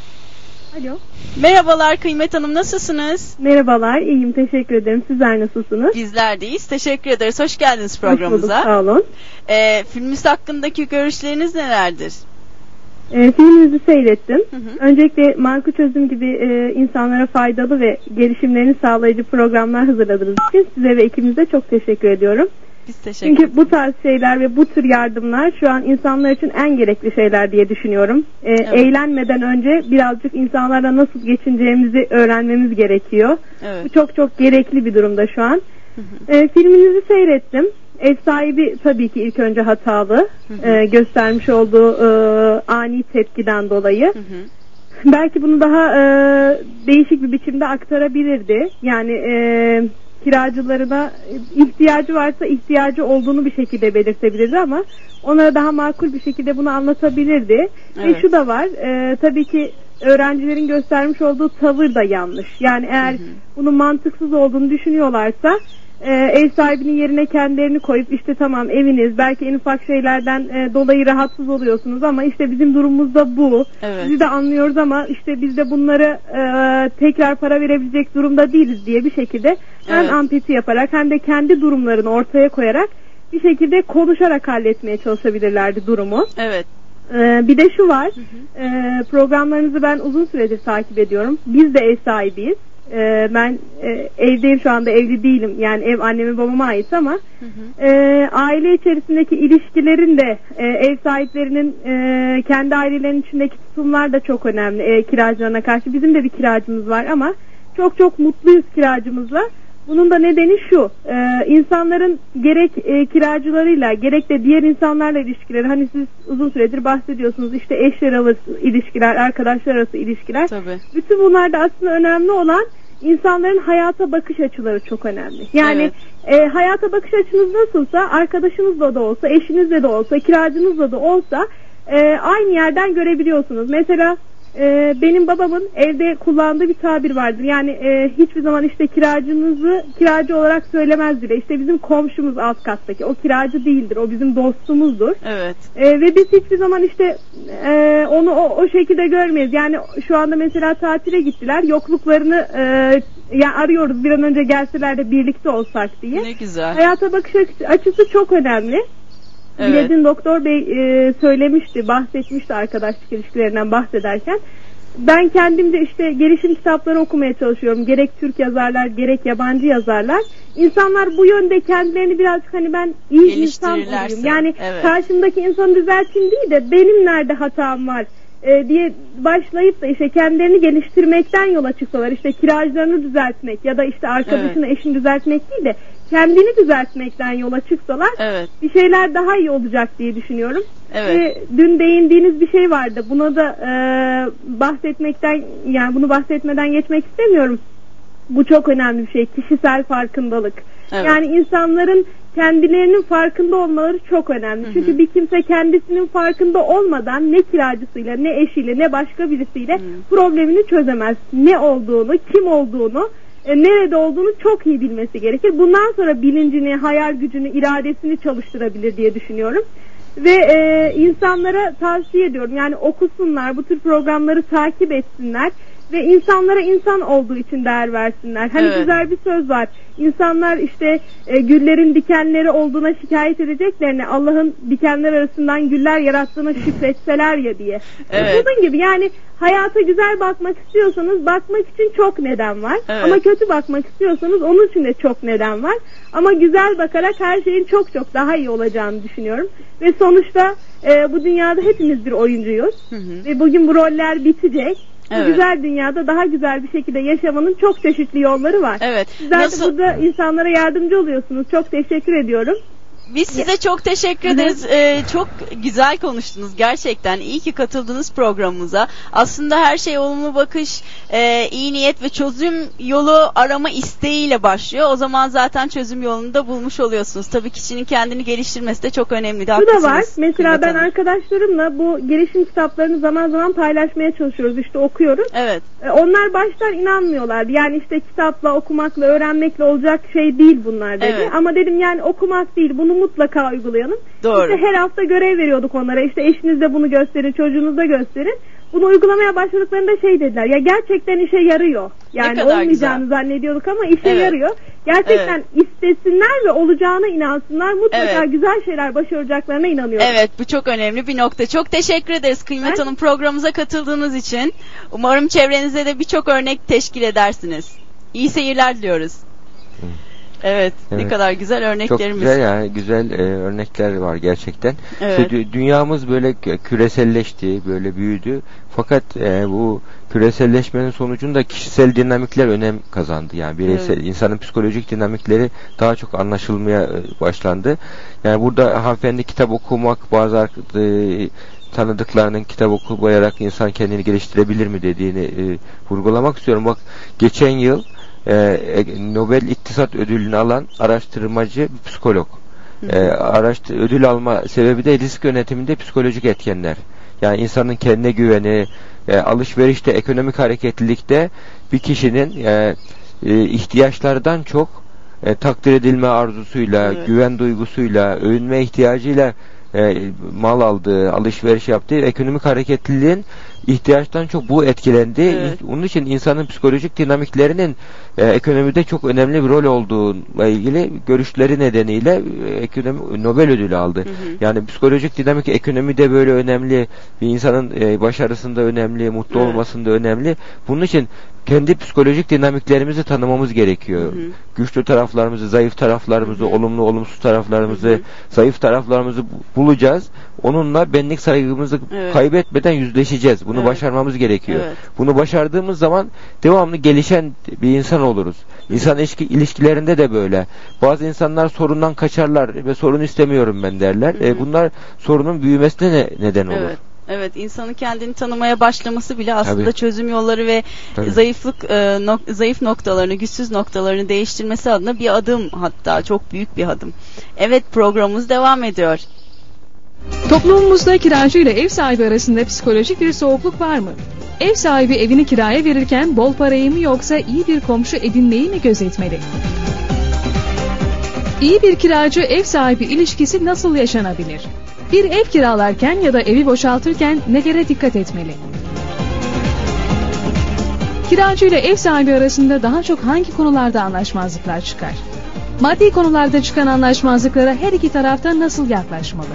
Alo. Merhabalar Kıymet Hanım, nasılsınız? Merhabalar, iyiyim, teşekkür ederim. Sizler nasılsınız? Bizler deyiz. Teşekkür ederiz. Hoş geldiniz Hoş bulduk, programımıza. sağ olun. Ee, filmimiz hakkındaki görüşleriniz nelerdir? Ee, filminizi seyrettim. Hı hı. Öncelikle marka çözüm gibi e, insanlara faydalı ve gelişimlerini sağlayıcı programlar hazırladığınız için size ve ekibinize çok teşekkür ediyorum. Biz teşekkür Çünkü bu tarz şeyler ve bu tür yardımlar şu an insanlar için en gerekli şeyler diye düşünüyorum. Ee, Evet. Eğlenmeden önce birazcık insanlarla nasıl geçineceğimizi öğrenmemiz gerekiyor. Evet. Bu çok çok gerekli bir durumda şu an. Hı hı. Ee, filminizi seyrettim. Ev sahibi tabii ki ilk önce hatalı. Hı hı. Ee, göstermiş olduğu e, ani tepkiden dolayı. Hı hı. Belki bunu daha e, değişik bir biçimde aktarabilirdi. Yani e, kiracılarına e, ihtiyacı varsa ihtiyacı olduğunu bir şekilde belirtebilirdi ama onlara daha makul bir şekilde bunu anlatabilirdi. Evet. Ve şu da var, e, tabii ki öğrencilerin göstermiş olduğu tavır da yanlış. Yani eğer hı hı. bunun mantıksız olduğunu düşünüyorlarsa e, ev sahibinin yerine kendilerini koyup işte tamam eviniz, belki en ufak şeylerden e, dolayı rahatsız oluyorsunuz ama işte bizim durumumuz da bu. Evet. Sizi de anlıyoruz ama işte biz de bunları e, tekrar para verebilecek durumda değiliz diye bir şekilde hem evet. empati yaparak hem de kendi durumlarını ortaya koyarak bir şekilde konuşarak halletmeye çalışabilirlerdi durumu. Evet. Ee, bir de şu var, hı hı. E, programlarınızı ben uzun süredir takip ediyorum. Biz de ev sahibiyiz. E, ben e, evdeyim, şu anda evli değilim. Yani ev anneme babama ait ama hı hı. E, aile içerisindeki ilişkilerin de e, ev sahiplerinin e, kendi ailelerinin içindeki tutumlar da çok önemli e, kiracılarına karşı. Bizim de bir kiracımız var ama çok çok mutluyuz kiracımızla. Bunun da nedeni şu, e, insanların gerek e, kiracılarıyla gerek de diğer insanlarla ilişkileri, hani siz uzun süredir bahsediyorsunuz işte eşler arası ilişkiler, arkadaşlar arası ilişkiler. Tabii. Bütün bunlarda aslında önemli olan insanların hayata bakış açıları çok önemli. Yani evet. e, hayata bakış açınız nasılsa arkadaşınızla da olsa, eşinizle de olsa, kiracınızla da olsa e, aynı yerden görebiliyorsunuz. Mesela Ee, benim babamın evde kullandığı bir tabir vardır. Yani e, hiçbir zaman işte kiracınızı kiracı olarak söylemez bile. İşte bizim komşumuz alt kattaki. O kiracı değildir. O bizim dostumuzdur. Evet. Ee, ve biz hiçbir zaman işte e, onu o, o şekilde görmeyiz. Yani şu anda mesela tatile gittiler. Yokluklarını e, yani arıyoruz bir an önce gelseler de birlikte olsak diye. Ne güzel. Hayata bakış açısı çok önemli. Evet. Biledin Doktor Bey e, söylemişti, bahsetmişti arkadaşlık ilişkilerinden bahsederken. Ben kendim de işte gelişim kitapları okumaya çalışıyorum. Gerek Türk yazarlar, gerek yabancı yazarlar. İnsanlar bu yönde kendilerini birazcık hani ben iyi insan olayım. Yani evet. karşımdaki insanı düzelteyim değil de benim nerede hatam var e, diye başlayıp da işte kendilerini geliştirmekten yola çıksalar. İşte kiracılarını düzeltmek ya da işte arkadaşını, evet. eşini düzeltmek değil de kendini düzeltmekten yola çıksalar evet. bir şeyler daha iyi olacak diye düşünüyorum. Evet. Ve dün değindiğiniz bir şey vardı. Buna da e, bahsetmekten yani bunu bahsetmeden geçmek istemiyorum. Bu çok önemli bir şey. Kişisel farkındalık. Evet. Yani insanların kendilerinin farkında olmaları çok önemli. Hı hı. Çünkü bir kimse kendisinin farkında olmadan ne kiracısıyla, ne eşiyle, ne başka birisiyle hı. problemini çözemez. Ne olduğunu, kim olduğunu, E, nerede olduğunu çok iyi bilmesi gerekir. Bundan sonra bilincini, hayal gücünü, iradesini çalıştırabilir diye düşünüyorum. Ve e, insanlara tavsiye ediyorum. Yani okusunlar, bu tür programları takip etsinler ve insanlara insan olduğu için değer versinler. Hani evet. güzel bir söz var. İnsanlar işte e, güllerin dikenleri olduğuna şikayet edeceklerine Allah'ın dikenler arasından güller yarattığına şükretseler ya diye. Evet. Bunun gibi yani hayata güzel bakmak istiyorsanız bakmak için çok neden var. Evet. Ama kötü bakmak istiyorsanız onun için de çok neden var. Ama güzel bakarak her şeyin çok çok daha iyi olacağını düşünüyorum. Ve sonuçta e, bu dünyada hepimiz bir oyuncuyuz. Hı hı. Ve bugün bu roller bitecek. Evet. Bu güzel dünyada daha güzel bir şekilde yaşamanın çok çeşitli yolları var. Evet. Sizler Nasıl... de burada insanlara yardımcı oluyorsunuz. Çok teşekkür ediyorum. Biz size çok teşekkür ederiz. Ee, çok güzel konuştunuz gerçekten. İyi ki katıldınız programımıza. Aslında her şey olumlu bakış, e, iyi niyet ve çözüm yolu arama isteğiyle başlıyor. O zaman zaten çözüm yolunu da bulmuş oluyorsunuz. Tabii kişinin kendini geliştirmesi de çok önemli. Bu da var. Mesela ben arkadaşlarımla bu gelişim kitaplarını zaman zaman paylaşmaya çalışıyoruz. İşte okuyoruz. Evet. E, onlar baştan inanmıyorlardı. Yani işte kitapla, okumakla, öğrenmekle olacak şey değil bunlar dedi. Evet. Ama dedim yani okumak değil, bunu mutlaka uygulayalım. Doğru. İşte her hafta görev veriyorduk onlara. İşte eşinizde bunu gösterin, çocuğunuzda gösterin. Bunu uygulamaya başladıklarında şey dediler. Ya gerçekten işe yarıyor. Yani olmayacağını güzel. zannediyorduk ama işe evet. yarıyor. Gerçekten evet. istesinler ve olacağına inansınlar. Mutlaka evet. güzel şeyler başaracaklarına inanıyorum. Evet, bu çok önemli bir nokta. Çok teşekkür ederiz Kıymet ben... Hanım programımıza katıldığınız için. Umarım çevrenizde de birçok örnek teşkil edersiniz. İyi seyirler diliyoruz. Hı. Evet, evet, ne kadar güzel örneklerimiz. Çok güzel yani, güzel e, örnekler var gerçekten. Evet. Şu, dünyamız böyle küreselleşti, böyle büyüdü. Fakat e, bu küreselleşmenin sonucunda kişisel dinamikler önem kazandı. Yani bireysel, evet. insanın psikolojik dinamikleri daha çok anlaşılmaya e, başlandı. Yani burada hanımefendi kitap okumak, bazı e, tanıdıklarının kitap okuyarak insan kendini geliştirebilir mi dediğini e, vurgulamak istiyorum. Bak geçen yıl e, Nobel İktisat Ödülünü alan araştırmacı bir psikolog. E, araştır, ödül alma sebebi de risk yönetiminde psikolojik etkenler. Yani insanın kendine güveni, e, alışverişte, ekonomik hareketlilikte bir kişinin e, e, ihtiyaçlardan çok e, takdir edilme arzusuyla, evet. güven duygusuyla, övünme ihtiyacıyla e, mal aldığı, alışveriş yaptığı ekonomik hareketliliğin ihtiyaçtan çok bu etkilendi. Evet. Onun için insanın psikolojik dinamiklerinin e, ekonomide çok önemli bir rol olduğuyla ilgili görüşleri nedeniyle e, ekonomi Nobel ödülü aldı. Hı hı. Yani psikolojik dinamik ekonomide böyle önemli, bir insanın e, başarısında önemli, mutlu evet. olmasında önemli. Bunun için kendi psikolojik dinamiklerimizi tanımamız gerekiyor. Hı hı. Güçlü taraflarımızı, zayıf taraflarımızı, hı hı. olumlu, olumsuz taraflarımızı, hı hı. zayıf taraflarımızı bulacağız. Onunla benlik saygımızı evet. kaybetmeden yüzleşeceğiz. Bunu evet. başarmamız gerekiyor. Evet. Bunu başardığımız zaman devamlı gelişen bir insan oluruz. İnsan ilişki, ilişkilerinde de böyle. Bazı insanlar sorundan kaçarlar ve sorun istemiyorum ben derler. Hı hı. E, bunlar sorunun büyümesine ne, neden olur. Evet. Evet, insanın kendini tanımaya başlaması bile aslında Tabii. çözüm yolları ve Tabii. zayıflık e, nok- zayıf noktalarını, güçsüz noktalarını değiştirmesi adına bir adım, hatta çok büyük bir adım. Evet, programımız devam ediyor. Toplumumuzda kiracı ile ev sahibi arasında psikolojik bir soğukluk var mı? Ev sahibi evini kiraya verirken bol parayı mı yoksa iyi bir komşu edinmeyi mi gözetmeli? İyi bir kiracı ev sahibi ilişkisi nasıl yaşanabilir? Bir ev kiralarken ya da evi boşaltırken nelere dikkat etmeli? Kiracı ile ev sahibi arasında daha çok hangi konularda anlaşmazlıklar çıkar? Maddi konularda çıkan anlaşmazlıklara her iki tarafta nasıl yaklaşmalı?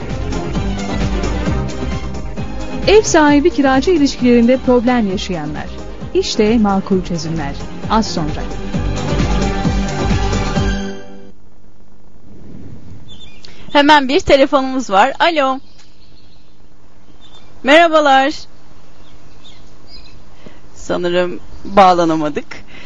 Ev sahibi kiracı ilişkilerinde problem yaşayanlar. İşte makul çözümler. Az sonra. Hemen bir telefonumuz var. Alo. Merhabalar. Sanırım bağlanamadık.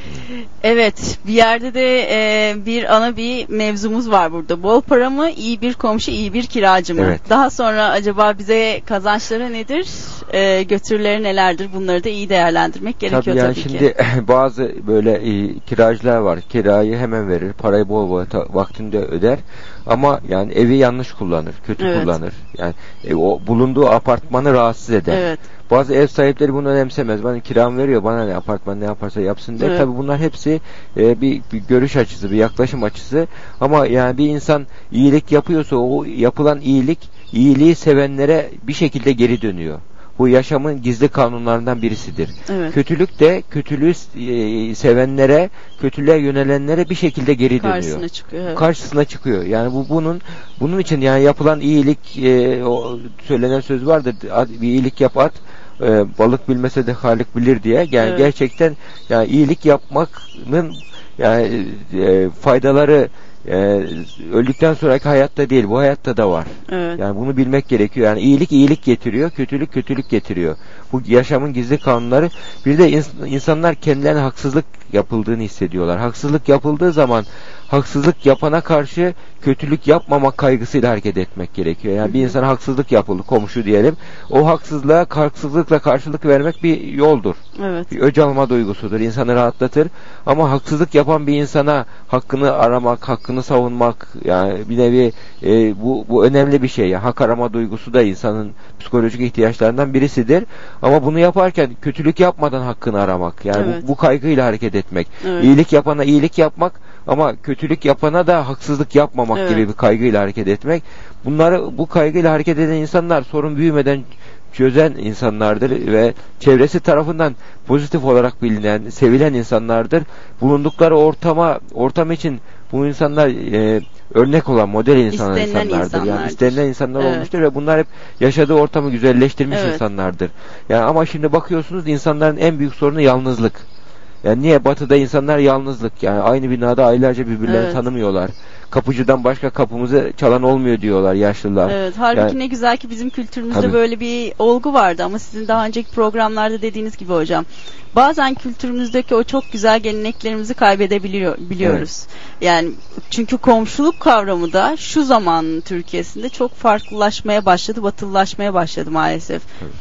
Evet, bir yerde de e, bir ana bir mevzumuz var burada. Bol para mı, iyi bir komşu, iyi bir kiracı mı? Evet. Daha sonra acaba bize kazançları nedir, e, götürüleri nelerdir? Bunları da iyi değerlendirmek gerekiyor tabii, yani tabii şimdi ki. Bazı böyle e, kiracılar var. Kirayı hemen verir, parayı bol bol vaktinde öder. Ama yani evi yanlış kullanır, kötü evet. kullanır. Yani e, o bulunduğu apartmanı rahatsız eder. Evet. Bazı ev sahipleri bunu önemsemez. Bana kiram veriyor, bana ne apartman ne yaparsa yapsın der. Evet. Tabii bunlar hepsi e, bir, bir görüş açısı, bir yaklaşım açısı. Ama yani bir insan iyilik yapıyorsa o yapılan iyilik, iyiliği sevenlere bir şekilde geri dönüyor. Bu yaşamın gizli kanunlarından birisidir. Evet. Kötülük de kötülüğü e, sevenlere, kötülüğe yönelenlere bir şekilde geri dönüyor. Karşısına çıkıyor. Evet. Karşısına çıkıyor. Yani bu bunun bunun için yani yapılan iyilik, e, o söylenen söz vardır. Bir iyilik yap at. E, balık bilmese de Halik bilir diye. Yani evet. gerçekten yani iyilik yapmanın yani e, faydaları e, öldükten sonraki hayatta değil, bu hayatta da var. Evet. Yani bunu bilmek gerekiyor. Yani iyilik iyilik getiriyor, kötülük kötülük getiriyor. Bu yaşamın gizli kanunları. Bir de ins- insanlar kendilerine haksızlık yapıldığını hissediyorlar. Haksızlık yapıldığı zaman haksızlık yapana karşı kötülük yapmamak kaygısıyla hareket etmek gerekiyor. Yani bir insana haksızlık yapıldı, komşu diyelim. O haksızlığa haksızlıkla karşılık vermek bir yoldur. Evet. Bir öc alma duygusudur. İnsanı rahatlatır. Ama haksızlık yapan bir insana hakkını aramak, hakkını savunmak, yani bir nevi e, bu bu önemli bir şey. Yani hak arama duygusu da insanın psikolojik ihtiyaçlarından birisidir. Ama bunu yaparken kötülük yapmadan hakkını aramak. Yani evet. bu, bu kaygıyla hareket etmek. Evet. İyilik yapana iyilik yapmak ama kötülük yapana da haksızlık yapmamak evet. gibi bir kaygıyla hareket etmek. Bunları bu kaygıyla hareket eden insanlar sorun büyümeden çözen insanlardır ve çevresi tarafından pozitif olarak bilinen, sevilen insanlardır. Bulundukları ortama ortam için bu insanlar e, örnek olan model insan istenilen insanlardır. insanlardır. Yani istenilen insanlar evet. olmuştur ve bunlar hep yaşadığı ortamı güzelleştirmiş evet. insanlardır. Yani ama şimdi bakıyorsunuz insanların en büyük sorunu yalnızlık. Yani niye? Batı'da insanlar yalnızlık. Yani aynı binada aylarca birbirlerini evet. tanımıyorlar. Kapıcıdan başka kapımızı çalan olmuyor diyorlar yaşlılar. Evet. Halbuki yani, ne güzel ki bizim kültürümüzde tabii. böyle bir olgu vardı ama sizin daha önceki programlarda dediğiniz gibi hocam. Bazen kültürümüzdeki o çok güzel geleneklerimizi kaybedebiliyor biliyoruz. Evet. Yani çünkü komşuluk kavramı da şu zaman Türkiye'sinde çok farklılaşmaya başladı, batılılaşmaya başladı maalesef. Evet.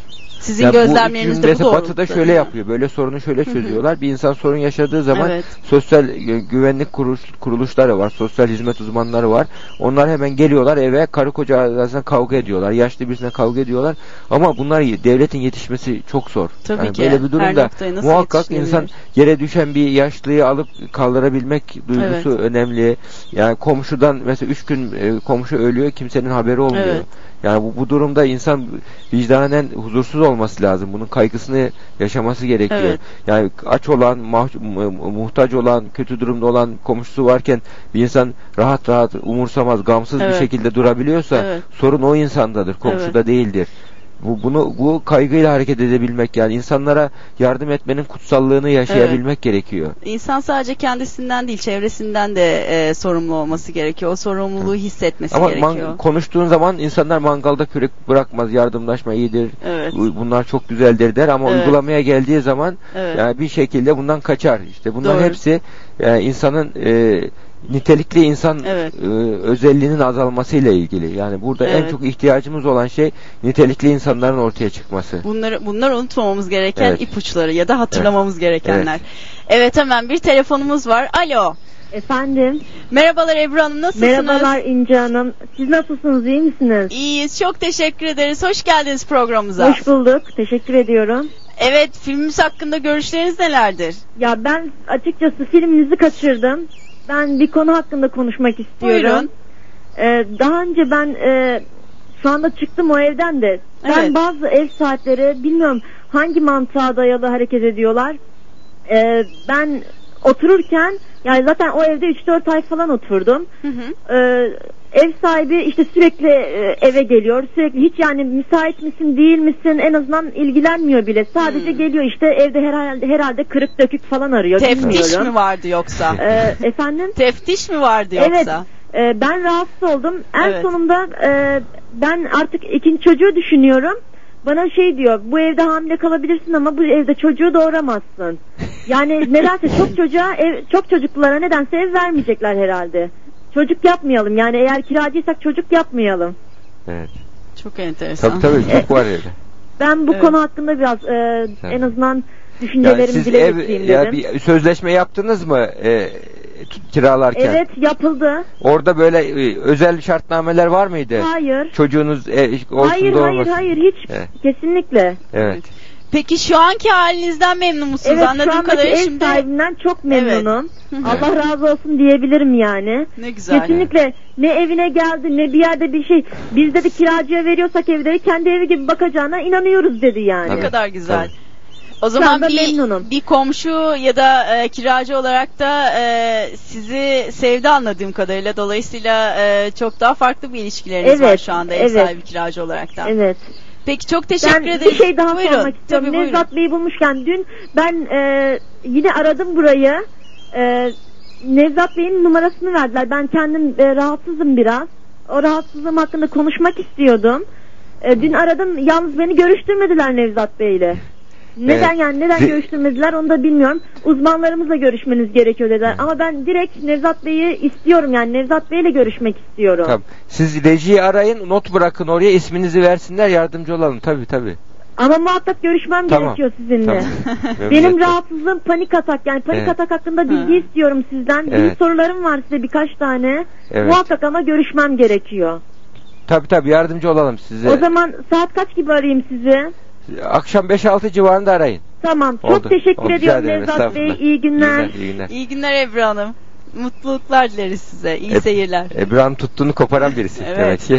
Sizin yani gözlemlerinizde bu, bu doğrultuda. Batı'da şöyle yani. yapıyor. Böyle sorunu şöyle çözüyorlar. Bir insan sorun yaşadığı zaman evet. sosyal güvenlik kuruluş, kuruluşları var. Sosyal hizmet uzmanları var. Onlar hemen geliyorlar eve, karı koca arasında kavga ediyorlar. Yaşlı birisine kavga ediyorlar. Ama bunlar devletin yetişmesi çok zor. Tabii yani ki. Böyle bir durumda muhakkak insan yere düşen bir yaşlıyı alıp kaldırabilmek duygusu evet. önemli. Yani komşudan mesela üç gün e, komşu ölüyor, kimsenin haberi olmuyor. Evet. Yani bu, bu durumda insan vicdanen huzursuz olması lazım. Bunun kaygısını yaşaması gerekiyor. Evet. Yani aç olan, muhtaç olan, kötü durumda olan komşusu varken bir insan rahat rahat umursamaz, gamsız evet. bir şekilde durabiliyorsa evet. sorun o insandadır, komşuda evet. değildir. Bu bunu bu kaygıyla hareket edebilmek, yani insanlara yardım etmenin kutsallığını yaşayabilmek evet. gerekiyor. İnsan sadece kendisinden değil, çevresinden de e, sorumlu olması gerekiyor. O sorumluluğu hissetmesi Ama gerekiyor. Ama konuştuğun zaman insanlar mangalda kürek bırakmaz, yardımlaşma iyidir. Evet. Bunlar çok güzeldir der ama evet. uygulamaya geldiği zaman evet. yani bir şekilde bundan kaçar. İşte bunların Doğru. hepsi yani insanın e, nitelikli insan evet. e, özelliğinin azalmasıyla ilgili. Yani burada evet. en çok ihtiyacımız olan şey nitelikli insanların ortaya çıkması. Bunları bunlar unutmamamız gereken evet. ipuçları ya da hatırlamamız evet. gerekenler. Evet. evet hemen bir telefonumuz var. Alo. Efendim. Merhabalar Ebru Hanım, nasılsınız? Merhabalar İnce Hanım. Siz nasılsınız, iyi misiniz? İyiyiz, çok teşekkür ederiz. Hoş geldiniz programımıza. Hoş bulduk, teşekkür ediyorum. Evet, filmimiz hakkında görüşleriniz nelerdir? Ya ben açıkçası filminizi kaçırdım. Ben bir konu hakkında konuşmak istiyorum. Buyurun. Ee, daha önce ben e, şu anda çıktım o evden de. Ben evet. bazı ev sahipleri bilmiyorum hangi mantığa dayalı hareket ediyorlar. Ee, ben otururken yani zaten o evde üç dört ay falan oturdum. Hı hı. Ee, ev sahibi işte sürekli e, eve geliyor. Sürekli hiç yani müsait misin değil misin en azından ilgilenmiyor bile. Sadece hmm. geliyor işte evde herhalde, herhalde kırık dökük falan arıyor. Teftiş bilmiyorum. mi vardı yoksa? Ee, efendim? Teftiş mi vardı yoksa? Evet. E, ben rahatsız oldum. En evet. sonunda e, ben artık ikinci çocuğu düşünüyorum. Bana şey diyor, bu evde hamile kalabilirsin ama bu evde çocuğu doğuramazsın. Yani nedense çok çocuğa, ev, çok çocuklara nedense ev vermeyecekler herhalde. Çocuk yapmayalım yani eğer kiracıysak çocuk yapmayalım. Evet. Çok enteresan. Tabii tabii çok var evde. Ben bu evet. konu hakkında biraz e, en azından düşüncelerimi yani dile getireyim dedim. Ya bir sözleşme yaptınız mı e, kiralarken? Evet yapıldı. Orada böyle e, özel şartnameler var mıydı? Hayır. Çocuğunuz e, olsun Hayır hayır hayır hiç evet. kesinlikle. Evet. Peki şu anki halinizden memnun musunuz? Evet, Anladığım şu andaki kadarıyla ev şimdi... sahibinden çok memnunum. Evet. Allah razı olsun diyebilirim yani. Ne güzel. Kesinlikle ne evine geldi ne bir yerde bir şey. Biz dedi kiracıya veriyorsak evleri kendi evi gibi bakacağına inanıyoruz dedi yani. Ne kadar güzel. Tabii. O zaman bir, bir komşu ya da e, kiracı olarak da e, sizi sevdi anladığım kadarıyla. Dolayısıyla e, çok daha farklı bir ilişkileriniz evet, var şu anda ev evet. sahibi kiracı olarak da. Evet. Peki çok teşekkür ben ederim. Bir şey daha buyurun. sormak istiyorum. Tabii, Nevzat Bey'i bulmuşken dün ben e, yine aradım burayı. E, Nevzat Bey'in numarasını verdiler. Ben kendim e, rahatsızım biraz. O rahatsızlığım hakkında konuşmak istiyordum. E, dün aradım. Yalnız beni görüştürmediler Nevzat Bey'le. Neden evet. yani neden görüştürmediler onu da bilmiyorum. Uzmanlarımızla görüşmeniz gerekiyor dediler. Evet. Ama ben direkt Nevzat Bey'i istiyorum yani Nevzat Bey'le görüşmek istiyorum. Tabii. Siz rejiyi arayın, not bırakın oraya, isminizi versinler, yardımcı olalım. Tabii tabii. Ama muhakkak görüşmem tamam. gerekiyor sizinle. Tamam. Benim rahatsızlığım panik atak yani panik evet. atak hakkında bilgi ha. istiyorum sizden. Evet. Bir sorularım var size birkaç tane. Evet. Muhakkak ama görüşmem gerekiyor. Tabii tabii yardımcı olalım size. O zaman saat kaç gibi arayayım sizi? Akşam beş altı civarında arayın. Tamam. Çok Oldu. teşekkür Oldu. ediyorum Nevzat Bey. İyi günler. İyi günler, iyi günler. İyi günler Ebru Hanım. Mutluluklar dileriz size. İyi e, seyirler. Ebru Hanım tuttuğunu koparan birisi demek ki.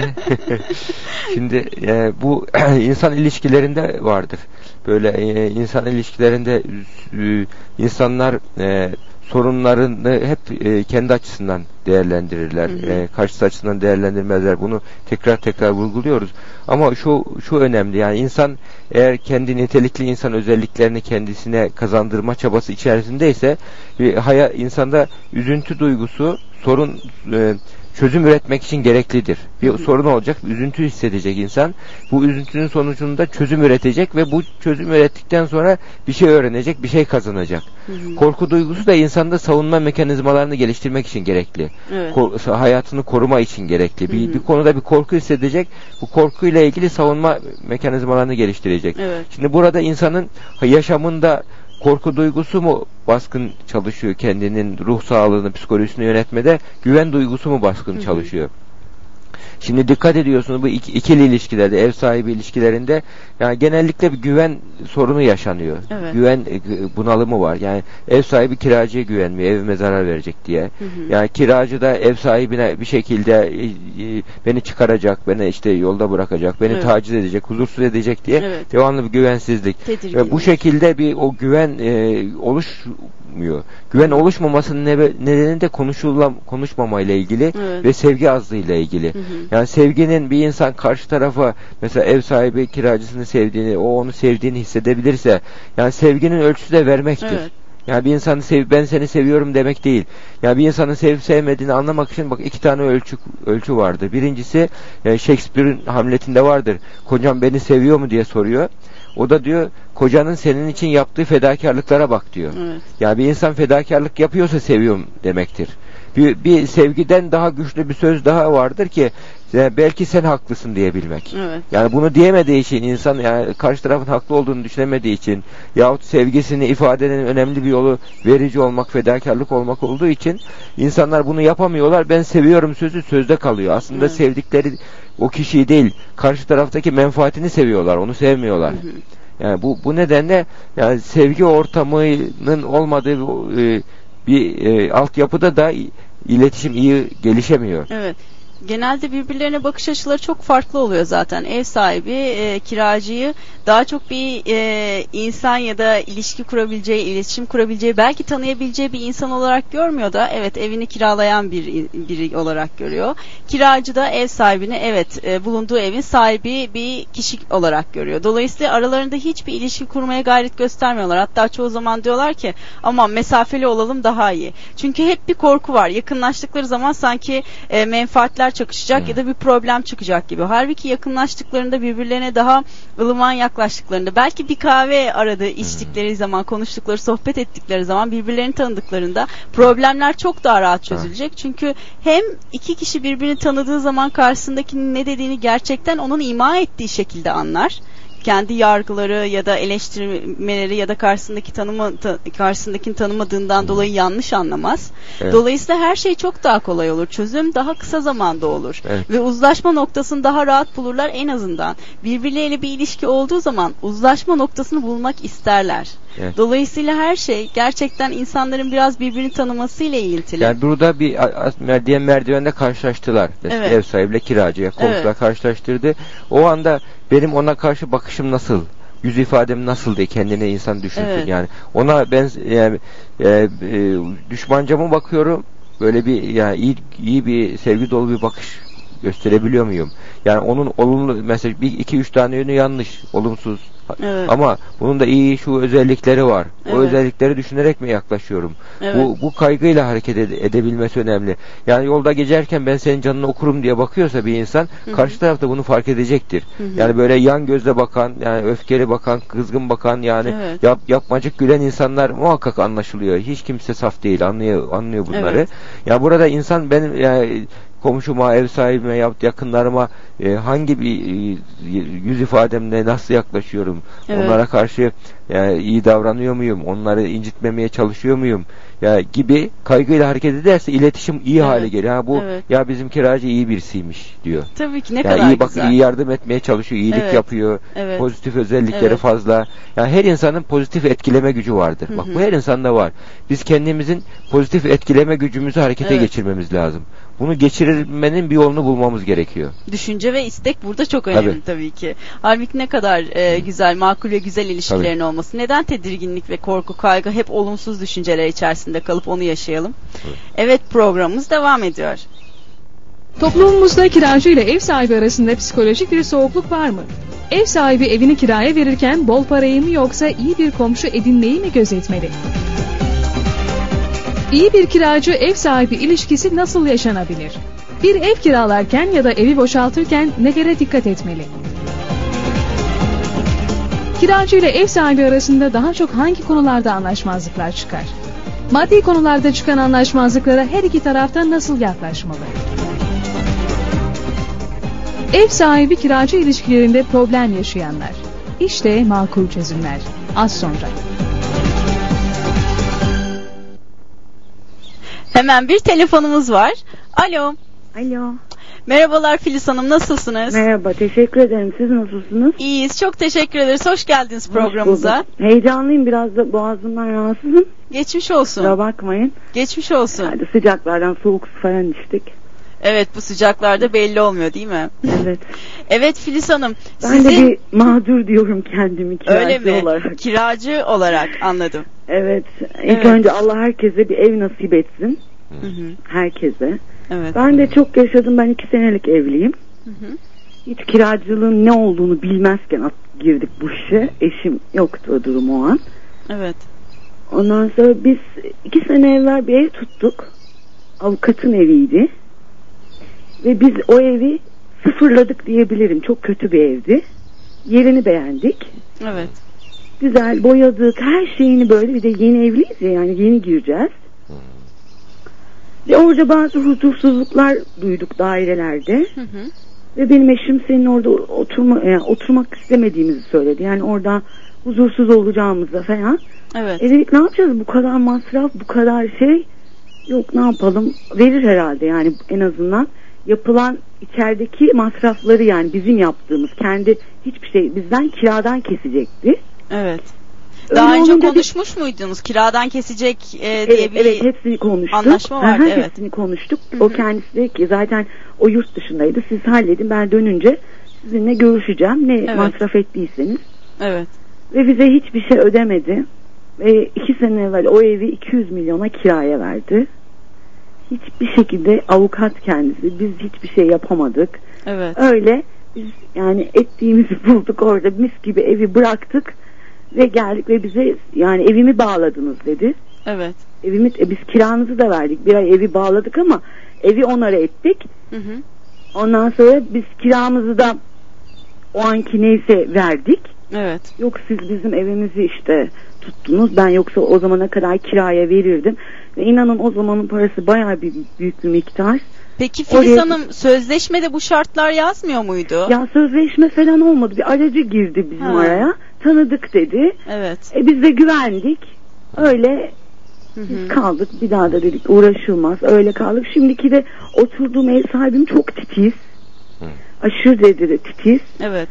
Şimdi e, bu insan ilişkilerinde vardır. Böyle e, insan ilişkilerinde e, insanlar e, sorunlarını hep e, kendi açısından değerlendirirler. Hı hı. E, karşısı açısından değerlendirmezler. Bunu tekrar tekrar vurguluyoruz. Ama şu şu önemli yani insan eğer kendi nitelikli insan özelliklerini kendisine kazandırma çabası içerisindeyse e, haya, insanda üzüntü duygusu sorun e, çözüm üretmek için gereklidir. Bir hı hı. sorun olacak, üzüntü hissedecek insan. Bu üzüntünün sonucunda çözüm üretecek ve bu çözüm ürettikten sonra bir şey öğrenecek, bir şey kazanacak. Hı hı. Korku duygusu da insanda savunma mekanizmalarını geliştirmek için gerekli. Evet. Ko- hayatını koruma için gerekli. Bir, hı hı. bir konuda bir korku hissedecek, bu korkuyla ilgili savunma mekanizmalarını geliştirecek. Evet. Şimdi burada insanın yaşamında korku duygusu mu baskın çalışıyor, kendinin ruh sağlığını, psikolojisini yönetmede, güven duygusu mu baskın, hı hı. çalışıyor? Şimdi dikkat ediyorsunuz bu ik- ikili ilişkilerde, ev sahibi ilişkilerinde yani genellikle bir güven sorunu yaşanıyor. Evet. Güven e, bunalımı var. Yani ev sahibi kiracıya güvenmiyor, evime zarar verecek diye. Hı hı. Yani kiracı da ev sahibine bir şekilde e, e, beni çıkaracak, beni işte yolda bırakacak, beni evet. taciz edecek, huzursuz edecek diye evet. devamlı bir güvensizlik. Tedirgin. Ve bu şekilde bir o güven e, oluşmuyor. Güven oluşmamasının nedeni de konuşulan konuşmamayla ilgili evet. ve sevgi azlığıyla ilgili. Hı hı. Yani sevginin bir insan karşı tarafa mesela ev sahibi kiracısını sevdiğini, o onu sevdiğini hissedebilirse yani sevginin ölçüsü de vermektir. Evet. Yani bir insanı sev, ben seni seviyorum demek değil. Yani bir insanın sevip sevmediğini anlamak için bak iki tane ölçü ölçü vardır. Birincisi yani Shakespeare'in Hamlet'inde vardır. Kocam beni seviyor mu diye soruyor. O da diyor kocanın senin için yaptığı fedakarlıklara bak diyor. Evet. Yani bir insan fedakarlık yapıyorsa seviyorum demektir. Bir, bir sevgiden daha güçlü bir söz daha vardır ki yani belki sen haklısın diyebilmek. Evet. Yani bunu diyemediği için insan yani karşı tarafın haklı olduğunu düşünemediği için yahut sevgisini ifadenin önemli bir yolu verici olmak, fedakarlık olmak olduğu için insanlar bunu yapamıyorlar. Ben seviyorum sözü sözde kalıyor. Aslında evet. sevdikleri o kişiyi değil, karşı taraftaki menfaatini seviyorlar, onu sevmiyorlar. Hı hı. Yani bu bu nedenle yani sevgi ortamının olmadığı e, bir e, altyapıda da iletişim iyi gelişemiyor. Evet. Genelde birbirlerine bakış açıları çok farklı oluyor zaten. Ev sahibi e, kiracıyı daha çok bir e, insan ya da ilişki kurabileceği, iletişim kurabileceği, belki tanıyabileceği bir insan olarak görmüyor da evet evini kiralayan bir biri olarak görüyor. Kiracı da ev sahibini evet e, bulunduğu evin sahibi bir kişi olarak görüyor. Dolayısıyla aralarında hiçbir ilişki kurmaya gayret göstermiyorlar. Hatta çoğu zaman diyorlar ki aman mesafeli olalım daha iyi. Çünkü hep bir korku var. Yakınlaştıkları zaman sanki e, menfaatler çakışacak hmm. ya da bir problem çıkacak gibi. Halbuki yakınlaştıklarında birbirlerine daha ılıman yaklaştıklarında belki bir kahve aradı içtikleri hmm. zaman, konuştukları, sohbet ettikleri zaman birbirlerini tanıdıklarında problemler çok daha rahat çözülecek. Hmm. Çünkü hem iki kişi birbirini tanıdığı zaman karşısındakinin ne dediğini gerçekten onun ima ettiği şekilde anlar. Kendi yargıları ya da eleştirmeleri ya da karşısındaki tanıma ta, karşısındakini tanımadığından dolayı yanlış anlamaz. Evet. Dolayısıyla her şey çok daha kolay olur. Çözüm daha kısa zamanda olur. Evet. Ve uzlaşma noktasını daha rahat bulurlar en azından. Birbirleriyle bir ilişki olduğu zaman uzlaşma noktasını bulmak isterler. Evet. Dolayısıyla her şey gerçekten insanların biraz birbirini tanımasıyla ilintili. Yani burada bir merdiven merdivende karşılaştılar. Evet. Ev sahibiyle kiracıya komşular evet. karşılaştırdı. O anda benim ona karşı bakışım nasıl? Yüz ifadem nasıl diye kendine insan düşünsün evet. yani. Ona ben yani, e, e, düşmanca mı bakıyorum? Böyle bir yani iyi, iyi bir sevgi dolu bir bakış gösterebiliyor muyum? Yani onun olumlu mesela bir iki üç tane yönü yanlış, olumsuz. Evet. Ama bunun da iyi şu özellikleri var. Evet. O özellikleri düşünerek mi yaklaşıyorum? Evet. Bu bu kaygıyla hareket ede- edebilmesi önemli. Yani yolda geçerken ben senin canını okurum diye bakıyorsa bir insan, Hı-hı. karşı tarafta bunu fark edecektir. Hı-hı. Yani böyle yan gözle bakan, yani öfkeli bakan, kızgın bakan yani evet. yap, yapmacık gülen insanlar muhakkak anlaşılıyor. Hiç kimse saf değil, anlıyor anlıyor bunları. Evet. Ya yani burada insan benim yani komşuma, ev sahibime yahut yakınlarıma e, hangi bir e, yüz ifademle nasıl yaklaşıyorum? Evet. Onlara karşı yani iyi davranıyor muyum? Onları incitmemeye çalışıyor muyum? Ya gibi kaygıyla hareket ederse iletişim iyi evet. hale geliyor. Ha bu evet. ya bizim kiracı iyi birisiymiş diyor. Tabii ki ne ya kadar iyi bak, güzel. iyi yardım etmeye çalışıyor, iyilik evet. yapıyor. Evet. Pozitif özellikleri evet. fazla. Yani her insanın pozitif etkileme gücü vardır. Hı-hı. Bak bu her insanda var. Biz kendimizin pozitif etkileme gücümüzü harekete evet. geçirmemiz lazım. Bunu geçirmenin bir yolunu bulmamız gerekiyor. Düşünce ve istek burada çok önemli tabii, tabii ki. Halbuki ne kadar e, güzel, makul ve güzel ilişkilerin tabii. olması. Neden tedirginlik ve korku, kaygı hep olumsuz düşünceler içerisinde kalıp onu yaşayalım? Evet, evet programımız devam ediyor. Toplumumuzda kiracı ile ev sahibi arasında psikolojik bir soğukluk var mı? Ev sahibi evini kiraya verirken bol parayı mı yoksa iyi bir komşu edinmeyi mi gözetmeli? İyi bir kiracı ev sahibi ilişkisi nasıl yaşanabilir? Bir ev kiralarken ya da evi boşaltırken nelere dikkat etmeli? Kiracı ile ev sahibi arasında daha çok hangi konularda anlaşmazlıklar çıkar? Maddi konularda çıkan anlaşmazlıklara her iki tarafta nasıl yaklaşmalı? Ev sahibi kiracı ilişkilerinde problem yaşayanlar. İşte makul çözümler. Az sonra. Hemen bir telefonumuz var. Alo. Alo. Merhabalar Filiz Hanım, nasılsınız? Merhaba, teşekkür ederim. Siz nasılsınız? İyiyiz, çok teşekkür ederiz. Hoş geldiniz Hoş programımıza. bulduk. Heyecanlıyım, biraz da boğazımdan rahatsızım. Geçmiş olsun. Kusura bakmayın. Geçmiş olsun. Yani sıcaklardan soğuk su falan içtik. Evet, bu sıcaklarda belli olmuyor değil mi? Evet. Evet Filiz Hanım. Ben sizin... de bir mağdur diyorum kendimi kiracı Öyle mi? olarak. Kiracı olarak anladım. Evet. İlk Evet. önce Allah herkese bir ev nasip etsin. Hı hı. Herkese. Evet. Ben de çok yaşadım. Ben iki senelik evliyim. Hı hı. Hiç kiracılığın ne olduğunu bilmezken at- girdik bu işe. Eşim yoktu o durum o an. Evet. Ondan sonra biz iki sene evvel bir ev tuttuk. Avukatın eviydi. Ve biz o evi sıfırladık diyebilirim. Çok kötü bir evdi. Yerini beğendik. Evet. Güzel boyadık. Her şeyini böyle, bir de yeni evliyiz ya, yani yeni gireceğiz. Ve orada bazı huzursuzluklar duyduk dairelerde. Hı hı. Ve benim eşim senin orada oturma, yani oturmak istemediğimizi söyledi. Yani orada huzursuz olacağımızı falan. Evet. E dedik, ne yapacağız, bu kadar masraf, bu kadar şey. Yok, ne yapalım, verir herhalde yani, en azından yapılan içerideki masrafları, yani bizim yaptığımız kendi hiçbir şey, bizden kiradan kesecekti. Evet. Öyle Daha önce olunca konuşmuş biz... muydunuz? Kiradan kesecek e, diye evet, bir evet, hepsini konuştuk. anlaşma vardı. Aha, evet. Hepsini konuştuk. Hı-hı. O kendisi dedi ki zaten o yurt dışındaydı. Siz halledin, ben dönünce sizinle görüşeceğim. Ne Evet. masraf ettiyseniz. Evet. Ve bize hiçbir şey ödemedi. Ve iki sene evvel o evi iki yüz milyona kiraya verdi. Hiçbir şekilde avukat kendisi. Biz hiçbir şey yapamadık. Evet. Öyle biz yani ettiğimizi bulduk orada, mis gibi evi bıraktık ve geldik ve bize yani evimi bağladınız dedi. Evet. Evimi, e, biz kiranızı da verdik. Bir ay evi bağladık ama evi onara ettik. Hı hı. Ondan sonra biz kiramızı da o anki neyse verdik. Evet. Yok, siz bizim evimizi işte tuttunuz. Ben yoksa o zamana kadar kiraya verirdim. Ve inanın o zamanın parası bayağı bir büyük bir miktar. Peki Filiz Oraya... Hanım, sözleşmede bu şartlar yazmıyor muydu? Ya sözleşme falan olmadı. Bir aracı girdi bizim ha. araya. Tanıdık dedi. Evet. E biz de güvendik. Öyle Hı-hı. biz kaldık. Bir daha da dedik uğraşılmaz. Öyle kaldık. Şimdiki de oturduğum ev sahibim çok titiz. Hı. Aşırı derecede titiz. Evet.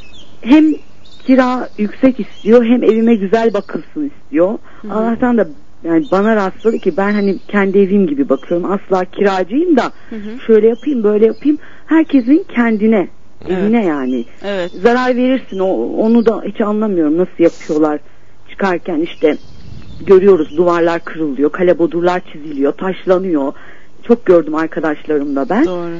Hem kira yüksek istiyor, hem evime güzel bakılsın istiyor. Hı-hı. Allah'tan da yani bana rastladı ki ben hani kendi evim gibi bakıyorum. Asla kiracıyım da Hı-hı. şöyle yapayım, böyle yapayım. Herkesin kendine, evet. evine yani. Evet. Zarar verirsin. O, onu da hiç anlamıyorum nasıl yapıyorlar. Çıkarken işte görüyoruz, duvarlar kırılıyor, kalebodurlar çiziliyor, taşlanıyor. Çok gördüm arkadaşlarımda ben. Doğru.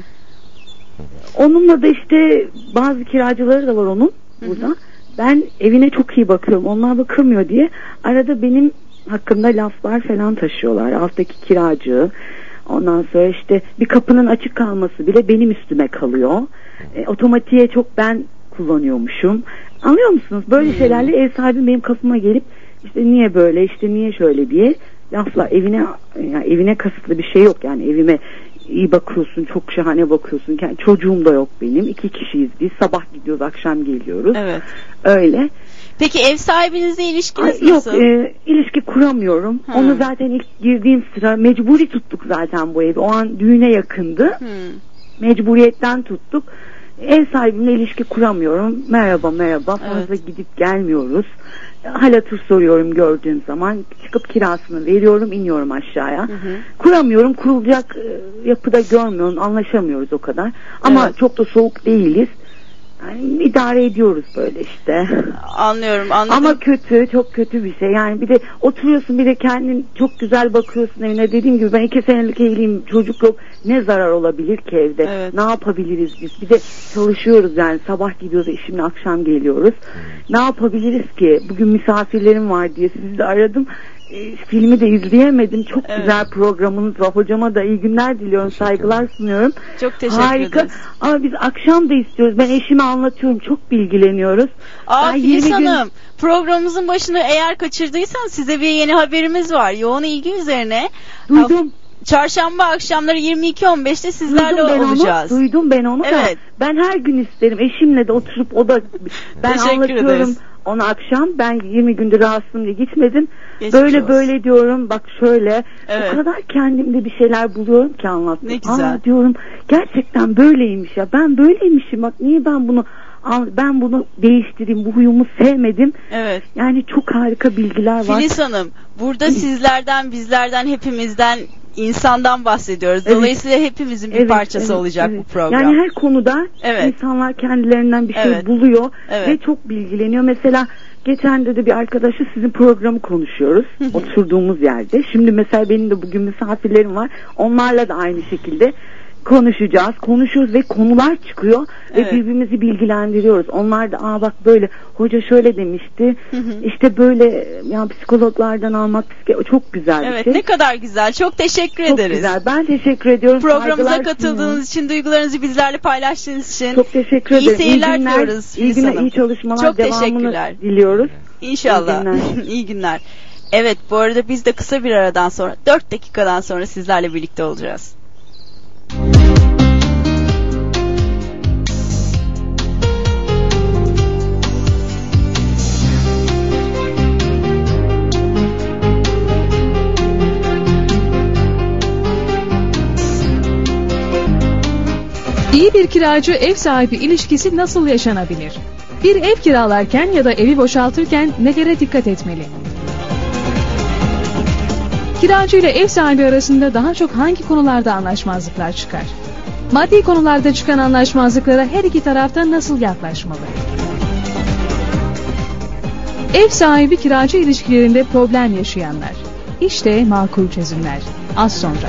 Onunla da işte bazı kiracıları da var onun burada. Hı-hı. Ben evine çok iyi bakıyorum, onlar bakılmıyor diye arada benim hakkında laflar falan taşıyorlar. Alttaki kiracı. Ondan sonra işte bir kapının açık kalması bile benim üstüme kalıyor. E, otomatiğe çok ben kullanıyormuşum. Anlıyor musunuz? Böyle hmm. şeylerle ev sahibim benim kapıma gelip işte niye böyle, işte niye şöyle diye lafla, evine yani evine kasıtlı bir şey yok yani, evime iyi bakıyorsun, çok şahane bakıyorsun. Yani çocuğum da yok benim. İki kişiyiz biz. Sabah gidiyoruz, akşam geliyoruz. Evet. Öyle. Peki ev sahibinizle ilişkiniz Ay, nasıl? Yok, e, ilişki kuramıyorum. Ha. Onu zaten ilk girdiğim sıra mecburi tuttuk zaten bu evi. O an düğüne yakındı. Hmm. Mecburiyetten tuttuk. Ev sahibimle ilişki kuramıyorum. Merhaba merhaba. Fazla evet. gidip gelmiyoruz. Hal hatır soruyorum gördüğüm zaman. Çıkıp kirasını veriyorum, iniyorum aşağıya. Hı hı. Kuramıyorum. Kurulacak e, yapıda görmüyorum. Anlaşamıyoruz o kadar. Ama evet. çok da soğuk değiliz. Yani idare ediyoruz böyle işte. Anlıyorum, anladım. Ama kötü, çok kötü bir şey. Yani bir de oturuyorsun, bir de kendin çok güzel bakıyorsun evine. Dediğim gibi ben iki senelik evliyim, çocuk yok. Ne zarar olabilir ki evde? Evet. Ne yapabiliriz biz? Bir de çalışıyoruz yani, sabah gidiyoruz, eşimle akşam geliyoruz. Ne yapabiliriz ki? Bugün misafirlerim var diye sizi de aradım. e, filmi de izleyemedim. Çok Evet. güzel programınız var. Hocama da iyi günler diliyorum. Saygılar sunuyorum. Çok teşekkür Harika. ederiz. Ama biz akşam da istiyoruz. Ben eşime anlatıyorum. Çok bilgileniyoruz. Aa Ben Filiz yirmi gün- Hanım, programımızın başını eğer kaçırdıysan size bir yeni haberimiz var. Yoğun ilgi üzerine. Duydum. Çarşamba akşamları yirmi iki on beşte sizlerle Duydum ben olacağız. onu. Duydum ben onu Evet. da. Ben her gün isterim. Eşimle de oturup o da ben Teşekkür anlatıyorum. ederiz. Onu akşam ben yirmi gündür rahatsızım diye gitmedim. Geçmiş böyle olsun. böyle diyorum. Bak şöyle. Evet. O kadar kendimde bir şeyler buluyorum ki anlattım. Ne güzel. Aa diyorum gerçekten böyleymiş ya. Ben böyleymişim. Bak niye ben bunu ben bunu değiştireyim. Bu huyumu sevmedim. Evet. Yani çok harika bilgiler var. Filiz Hanım, burada sizlerden, bizlerden, hepimizden, insandan bahsediyoruz. Evet. Dolayısıyla hepimizin bir Evet, parçası evet, olacak evet. bu program. Yani her konuda Evet. insanlar kendilerinden bir şey Evet. buluyor Evet. ve çok bilgileniyor. Mesela geçen de de bir arkadaşla sizin programı konuşuyoruz. Oturduğumuz yerde. Şimdi mesela benim de bugün misafirlerim var. Onlarla da aynı şekilde konuşacağız. Konuşuyoruz ve konular çıkıyor Evet. ve birbirimizi bilgilendiriyoruz. Onlar da aa bak böyle hoca şöyle demişti. İşte böyle yani psikologlardan almak psik- çok güzel bir Evet, şey. ne kadar güzel. Çok teşekkür Çok ederiz. güzel. Ben teşekkür ediyorum. Programımıza Saygılar katıldığınız sunuyorum. için, duygularınızı bizlerle paylaştığınız için Çok teşekkür iyi ederim. seyirler günler, diliyoruz iyi Filiz günler, Hanım. iyi çalışmalar, Çok devamını teşekkürler. diliyoruz. İnşallah. İyi günler. İyi günler. Evet, bu arada biz de kısa bir aradan sonra, dört dakikadan sonra sizlerle birlikte olacağız. İyi bir kiracı ev sahibi ilişkisi nasıl yaşanabilir? Bir ev kiralarken ya da evi boşaltırken nelere dikkat etmeli? Kiracı ile ev sahibi arasında daha çok hangi konularda anlaşmazlıklar çıkar? Maddi konularda çıkan anlaşmazlıklara her iki tarafta nasıl yaklaşmalı? Ev sahibi kiracı ilişkilerinde problem yaşayanlar. İşte makul çözümler. Az sonra.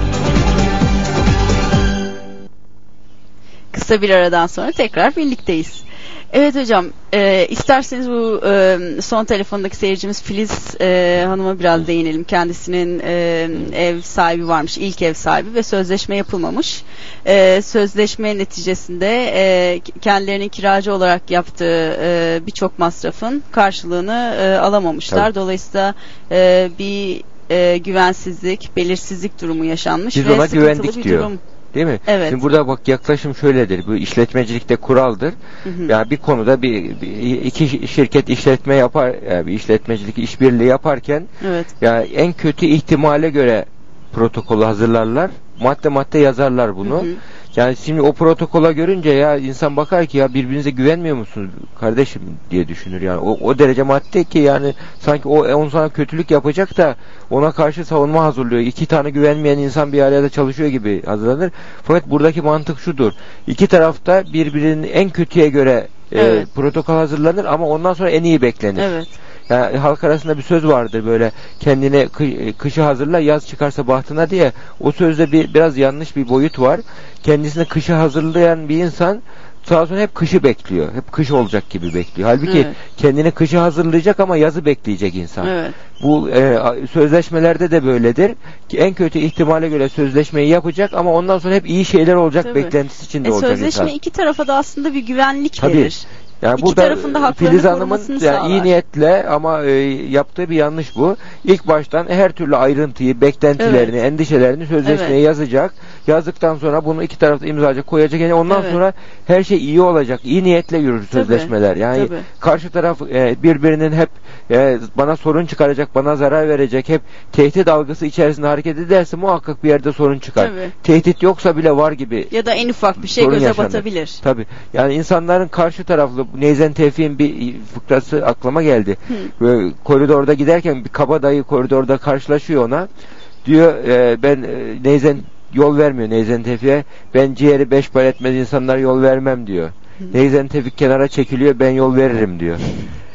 Kısa bir aradan sonra tekrar birlikteyiz. Evet hocam, e, isterseniz bu e, son telefondaki seyircimiz Filiz e, Hanım'a biraz değinelim. Kendisinin e, ev sahibi varmış, ilk ev sahibi ve sözleşme yapılmamış. E, sözleşme neticesinde e, kendilerinin kiracı olarak yaptığı e, birçok masrafın karşılığını e, alamamışlar. Tabii. Dolayısıyla e, bir e, güvensizlik, belirsizlik durumu yaşanmış Biz ve ona sıkıntılı güvendik bir diyor. durum. Değil mi? Evet. Şimdi burada bak yaklaşım şöyledir. Bu işletmecilikte kuraldır. Hı hı. Yani bir konuda bir, bir iki şirket işletme yapar, yani bir işletmecilik işbirliği yaparken Evet. yani en kötü ihtimale göre protokolü hazırlarlar. Madde madde yazarlar bunu. Hı hı. Yani şimdi o protokola görünce ya insan bakar ki ya birbirinize güvenmiyor musunuz kardeşim diye düşünür yani. O, o derece madde ki yani sanki o on sana kötülük yapacak da ona karşı savunma hazırlıyor. İki tane güvenmeyen insan bir arada çalışıyor gibi hazırlanır. Fakat buradaki mantık şudur. İki tarafta birbirinin en kötüye göre Evet. e, protokol hazırlanır ama ondan sonra en iyi beklenir. Evet. Yani halk arasında bir söz vardır böyle kendine kı- kışı hazırla yaz çıkarsa bahtına diye. O sözde bir biraz yanlış bir boyut var. Kendisine kışı hazırlayan bir insan sağa sonra hep kışı bekliyor. Hep kış olacak gibi bekliyor. Halbuki Evet. kendini kışı hazırlayacak ama yazı bekleyecek insan. Evet. Bu e, sözleşmelerde de böyledir. Ki en kötü ihtimale göre sözleşmeyi yapacak ama ondan sonra hep iyi şeyler olacak Tabii. beklentisi içinde E, olacak sözleşme insan. iki tarafa da aslında bir güvenlik Tabii. verir. Yani İki burada tarafın da haklarını Filiz Hanım'ın korumasını yani sağlar. iyi niyetle ama e, yaptığı bir yanlış bu. İlk baştan her türlü ayrıntıyı, beklentilerini, Evet. endişelerini sözleşmeye Evet. yazacak. Yazdıktan sonra bunu iki tarafta imzacak, koyacak. Yani ondan Evet. sonra her şey iyi olacak. İyi niyetle yürür Tabii. sözleşmeler. Yani Tabii. karşı taraf e, birbirinin hep e, bana sorun çıkaracak, bana zarar verecek, hep tehdit algısı içerisinde hareket ederse muhakkak bir yerde sorun çıkar. Tabii. Tehdit yoksa bile var gibi. Ya da en ufak bir şey sorun göze yaşanır. batabilir. Tabii. Yani insanların karşı taraflı Neyzen Tevfik'in bir fıkrası aklıma geldi. Böyle koridorda giderken bir kabadayı koridorda karşılaşıyor ona. Diyor e, ben e, Neyzen yol vermiyor Neyzen Tevfik'e. Ben ciğeri beş para etmez insanlara yol vermem diyor. Neyzen Tevfik kenara çekiliyor ben yol veririm diyor.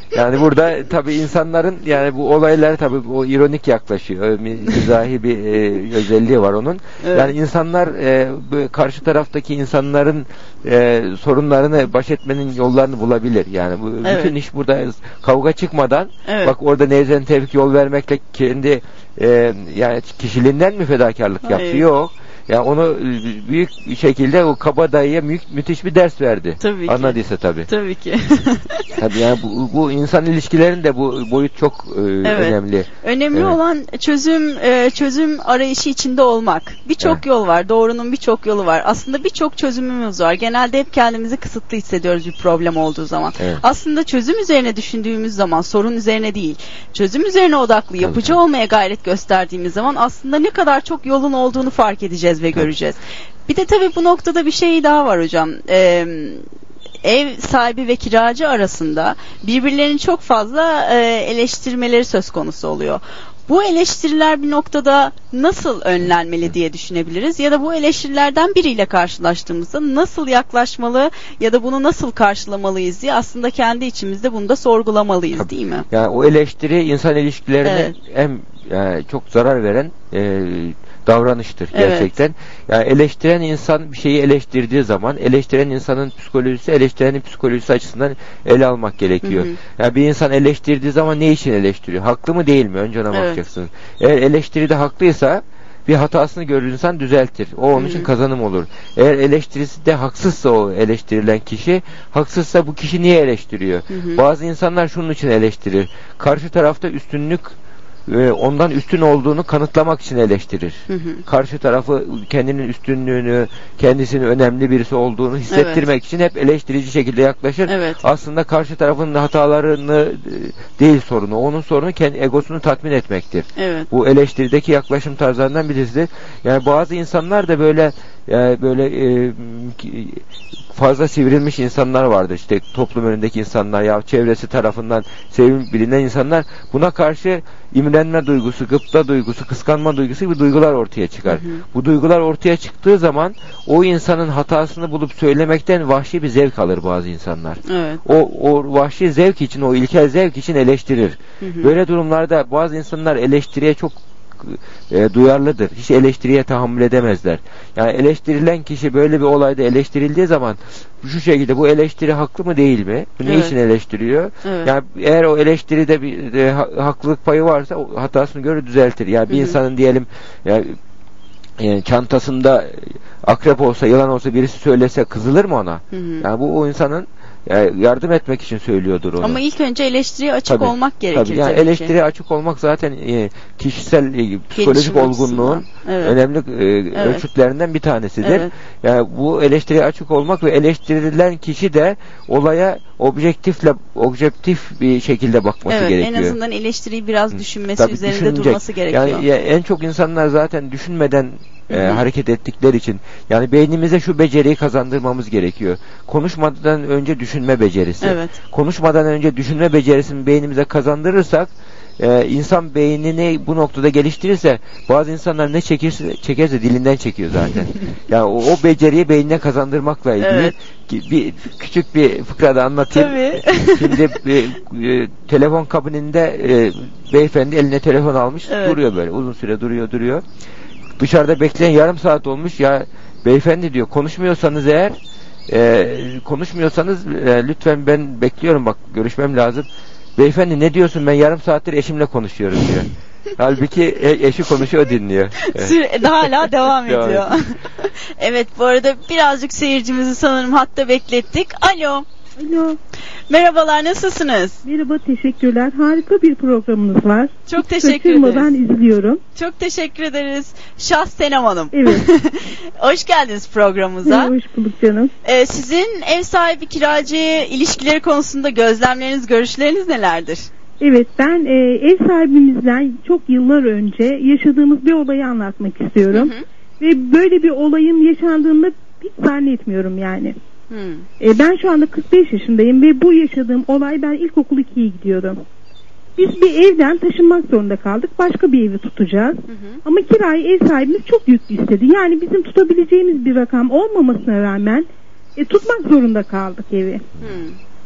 Yani burada tabii insanların yani bu olaylar tabii o ironik yaklaşıyor. Mizahi bir e, özelliği var onun. Evet. Yani insanlar e, karşı taraftaki insanların e, sorunlarını baş etmenin yollarını bulabilir. Yani bu evet. bütün iş burada kavga çıkmadan evet. bak orada Nevzen Tevfik yol vermekle kendi e, yani kişiliğinden mi fedakarlık yaptı? Hayır. Yok. Yani onu büyük bir şekilde o kabadayıya mü müthiş bir ders verdi. Tabii ki. Anladıysa tabii. Tabii ki. Tabii yani bu, bu insan ilişkilerinde bu boyut çok e, evet. önemli. Önemli evet. olan çözüm e, çözüm arayışı içinde olmak. Birçok evet. yol var. Doğrunun birçok yolu var. Aslında birçok çözümümüz var. Genelde hep kendimizi kısıtlı hissediyoruz bir problem olduğu zaman. Evet. Aslında çözüm üzerine düşündüğümüz zaman, sorun üzerine değil, çözüm üzerine odaklı, yapıcı tabii. olmaya gayret gösterdiğimiz zaman aslında ne kadar çok yolun olduğunu fark edeceğiz ve göreceğiz. Bir de tabii bu noktada bir şey daha var hocam. Ee, ev sahibi ve kiracı arasında birbirlerini çok fazla e, eleştirmeleri söz konusu oluyor. Bu eleştiriler bir noktada nasıl önlenmeli diye düşünebiliriz ya da bu eleştirilerden biriyle karşılaştığımızda nasıl yaklaşmalı ya da bunu nasıl karşılamalıyız diye aslında kendi içimizde bunu da sorgulamalıyız tabii. değil mi? Yani o eleştiri insan ilişkilerine evet. en yani çok zarar veren e, davranıştır evet. gerçekten. Yani eleştiren insan bir şeyi eleştirdiği zaman eleştiren insanın psikolojisi eleştirenin psikolojisi açısından ele almak gerekiyor. Hı hı. Yani bir insan eleştirdiği zaman ne için eleştiriyor? Haklı mı değil mi? Önce ona evet. bakacaksınız. Eğer eleştiride haklıysa bir hatasını görür insan düzeltir. O onun Hı-hı. için kazanım olur. Eğer eleştirisi de haksızsa o eleştirilen kişi, haksızsa bu kişi niye eleştiriyor? Hı-hı. Bazı insanlar şunun için eleştirir. Karşı tarafta üstünlük ondan üstün olduğunu kanıtlamak için eleştirir. Hı hı. Karşı tarafı kendinin üstünlüğünü, kendisinin önemli birisi olduğunu hissettirmek evet. için hep eleştirici şekilde yaklaşır. Evet. Aslında karşı tarafın hatalarını değil sorunu. Onun sorunu kendi egosunu tatmin etmektir. Evet. Bu eleştirideki yaklaşım tarzlarından birisidir. Yani bazı insanlar da böyle yani böyle e, fazla sivrilmiş insanlar vardır. İşte toplum önündeki insanlar ya çevresi tarafından sevim bilinen insanlar buna karşı imrenme duygusu, gıpta duygusu, kıskanma duygusu gibi duygular ortaya çıkar. Hı hı. Bu duygular ortaya çıktığı zaman o insanın hatasını bulup söylemekten vahşi bir zevk alır bazı insanlar. Evet. O, o vahşi zevk için, o ilkel zevk için eleştirir. Hı hı. Böyle durumlarda bazı insanlar eleştiriye çok E, duyarlıdır. Hiç eleştiriye tahammül edemezler. Yani eleştirilen kişi böyle bir olayda eleştirildiği zaman şu şekilde bu eleştiri haklı mı değil mi? Bu evet. ne için eleştiriyor? Evet. Yani eğer o eleştiride bir e, ha, haklılık payı varsa o hatasını görür düzeltir. Yani bir Hı-hı. insanın diyelim yani, yani çantasında akrep olsa, yılan olsa birisi söylese kızılır mı ona? Hı-hı. Yani bu o insanın yani yardım etmek için söylüyordur onu. Ama ilk önce eleştiriye açık tabii, olmak gerekir. Tabii. Yani tabii eleştiriye ki. açık olmak zaten e, kişisel e, psikolojik olgunluğun evet. önemli e, evet. ölçütlerinden bir tanesidir. Evet. Yani bu eleştiriye açık olmak ve eleştirilen kişi de olaya objektifle objektif bir şekilde bakması evet, gerekiyor. En azından eleştiriyi biraz düşünmesi tabii, üzerinde düşünecek. durması gerekiyor. Yani ya, en çok insanlar zaten düşünmeden E, hareket ettikleri için yani beynimize şu beceriyi kazandırmamız gerekiyor. Konuşmadan önce düşünme becerisi. Evet. Konuşmadan önce düşünme becerisini beynimize kazandırırsak e, insan beynini bu noktada geliştirirse bazı insanlar ne çekirse, çekerse dilinden çekiyor zaten. Yani o, o beceriyi beynine kazandırmakla ilgili evet. bir küçük bir fıkrada anlatayım. Tabii. Şimdi e, e, telefon kabininde e, beyefendi eline telefon almış evet. duruyor böyle uzun süre duruyor duruyor. Dışarıda bekleyen yarım saat olmuş ya beyefendi diyor konuşmuyorsanız eğer e, konuşmuyorsanız e, lütfen ben bekliyorum bak görüşmem lazım. Beyefendi ne diyorsun ben yarım saattir eşimle konuşuyorum diyor. Halbuki e, eşi konuşuyor dinliyor. Evet. Daha hala devam ediyor. Evet bu arada birazcık seyircimizi sanırım hatta beklettik. Alo. Alo. Merhabalar nasılsınız? Merhaba teşekkürler. Harika bir programınız var. Çok Hiç teşekkür ederiz. Ben izliyorum. Çok teşekkür ederiz. Şah Senem Hanım. Evet. Hoş geldiniz programımıza. Evet, hoş bulduk canım. Ee, sizin ev sahibi kiracı ilişkileri konusunda gözlemleriniz, görüşleriniz nelerdir? Evet ben e, ev sahibimizden çok yıllar önce yaşadığımız bir olayı anlatmak istiyorum. Hı hı. Ve böyle bir olayın yaşandığını hiç zannetmiyorum yani. Hmm. E, ben şu anda kırk beş yaşındayım ve bu yaşadığım olay ben ilkokul ikiye gidiyordum. Biz bir evden taşınmak zorunda kaldık. Başka bir evi tutacağız. Hı hı. Ama kirayı ev sahibimiz çok yüklü istedi. Yani bizim tutabileceğimiz bir rakam olmamasına rağmen e, tutmak zorunda kaldık evi. Hmm.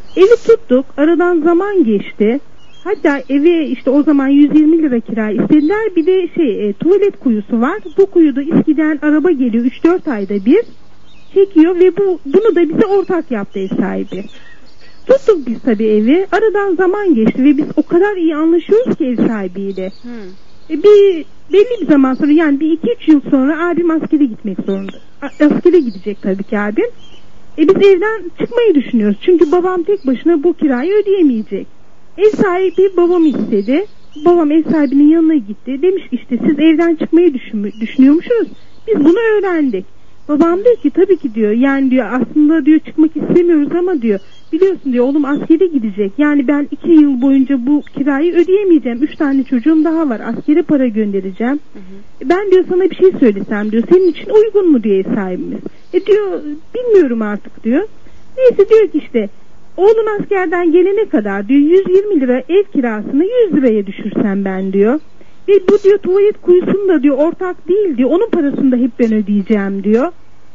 Evi tuttuk. Aradan zaman geçti. Hatta eve işte o zaman yüz yirmi lira kira istediler. Bir de şey e, tuvalet kuyusu var. Bu kuyuda İSKİ'den araba geliyor üç dört ayda bir. Çekiyor ve bu bunu da bize ortak yaptı ev sahibi. Tuttuk biz tabii evi. Aradan zaman geçti ve biz o kadar iyi anlaşıyoruz ki ev sahibiyle. Hmm. E, bir belli bir zaman sonra, yani bir iki üç yıl sonra abim askere gitmek zorunda. Askere gidecek tabii ki abim. E biz evden çıkmayı düşünüyoruz. Çünkü babam tek başına bu kirayı ödeyemeyecek. Ev sahibi babam istedi. Babam ev sahibinin yanına gitti. Demiş işte siz evden çıkmayı düşün, düşünüyormuşsunuz. Biz bunu öğrendik. Babam diyor ki tabii ki diyor. Yani diyor aslında diyor çıkmak istemiyoruz ama diyor. Biliyorsun diyor oğlum askere gidecek. Yani ben iki yıl boyunca bu kirayı ödeyemeyeceğim. Üç tane çocuğum daha var. Askere para göndereceğim. Hı hı. Ben diyor sana bir şey söylesem diyor. Senin için uygun mu diyor ev sahibimiz. E diyor bilmiyorum artık diyor. Neyse diyor ki işte oğlum askerden gelene kadar diyor yüz yirmi lira ev kirasını yüz liraya düşürsem ben diyor. Ve bu diyor tuvalet kuyusunu da diyor ortak değil diyor. Onun parasını da hep ben ödeyeceğim diyor.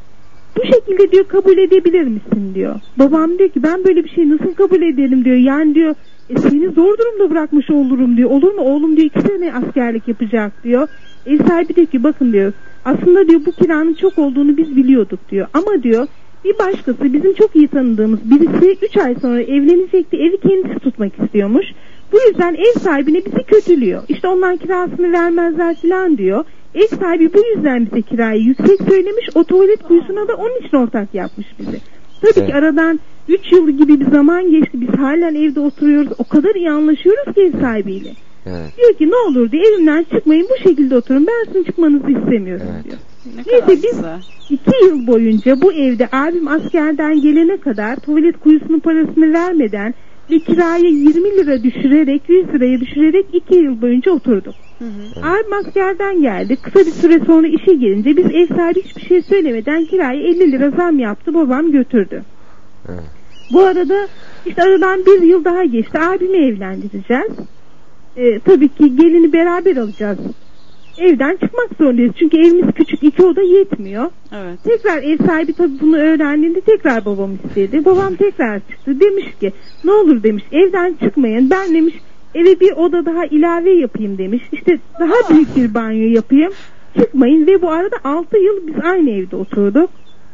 Bu şekilde diyor kabul edebilir misin diyor. Babam diyor ki ben böyle bir şey nasıl kabul ederim diyor. Yani diyor e, seni zor durumda bırakmış olurum diyor. Olur mu oğlum diyor iki sene askerlik yapacak diyor. Ev sahibi diyor ki bakın diyor aslında diyor bu kiranın çok olduğunu biz biliyorduk diyor. Ama diyor bir başkası bizim çok iyi tanıdığımız birisi üç ay sonra evlenecekti. Evi kendisi tutmak istiyormuş. Bu yüzden ev sahibine bizi kötülüyor. İşte ondan kirasını vermezler filan diyor. Ev sahibi bu yüzden bize kirayı yüksek söylemiş. O tuvalet kuyusuna da onun için ortak yapmış bizi. Tabii evet. ki aradan üç yıl gibi bir zaman geçti. Biz halen evde oturuyoruz. O kadar iyi anlaşıyoruz ki ev sahibiyle. Evet. Diyor ki ne olur diye evimden çıkmayın bu şekilde oturun. Ben sizin çıkmanızı istemiyorum evet. diyor. Ne Neyse biz güzel. iki yıl boyunca bu evde abim askerden gelene kadar tuvalet kuyusunun parasını vermeden ve kirayı yirmi lira düşürerek yüz liraya düşürerek iki yıl boyunca oturduk. Hı hı. Abim askerden geldi. Kısa bir süre sonra işe gelince biz ev sahibi hiçbir şey söylemeden kirayı elli lira zam yaptı. Babam götürdü. Hı. Bu arada işte aradan bir yıl daha geçti. Abimi evlendireceğiz. Ee, tabii ki gelini beraber alacağız. Evden çıkmak zorundayız. Çünkü evimiz küçük, iki oda yetmiyor. Evet. Tekrar ev sahibi tabii bunu öğrendiğinde tekrar babam istedi. Babam tekrar çıktı. Demiş ki ne olur demiş evden çıkmayın. Ben demiş eve bir oda daha ilave yapayım demiş. İşte daha Aa. büyük bir banyo yapayım. Çıkmayın ve bu arada altı yıl biz aynı evde oturduk.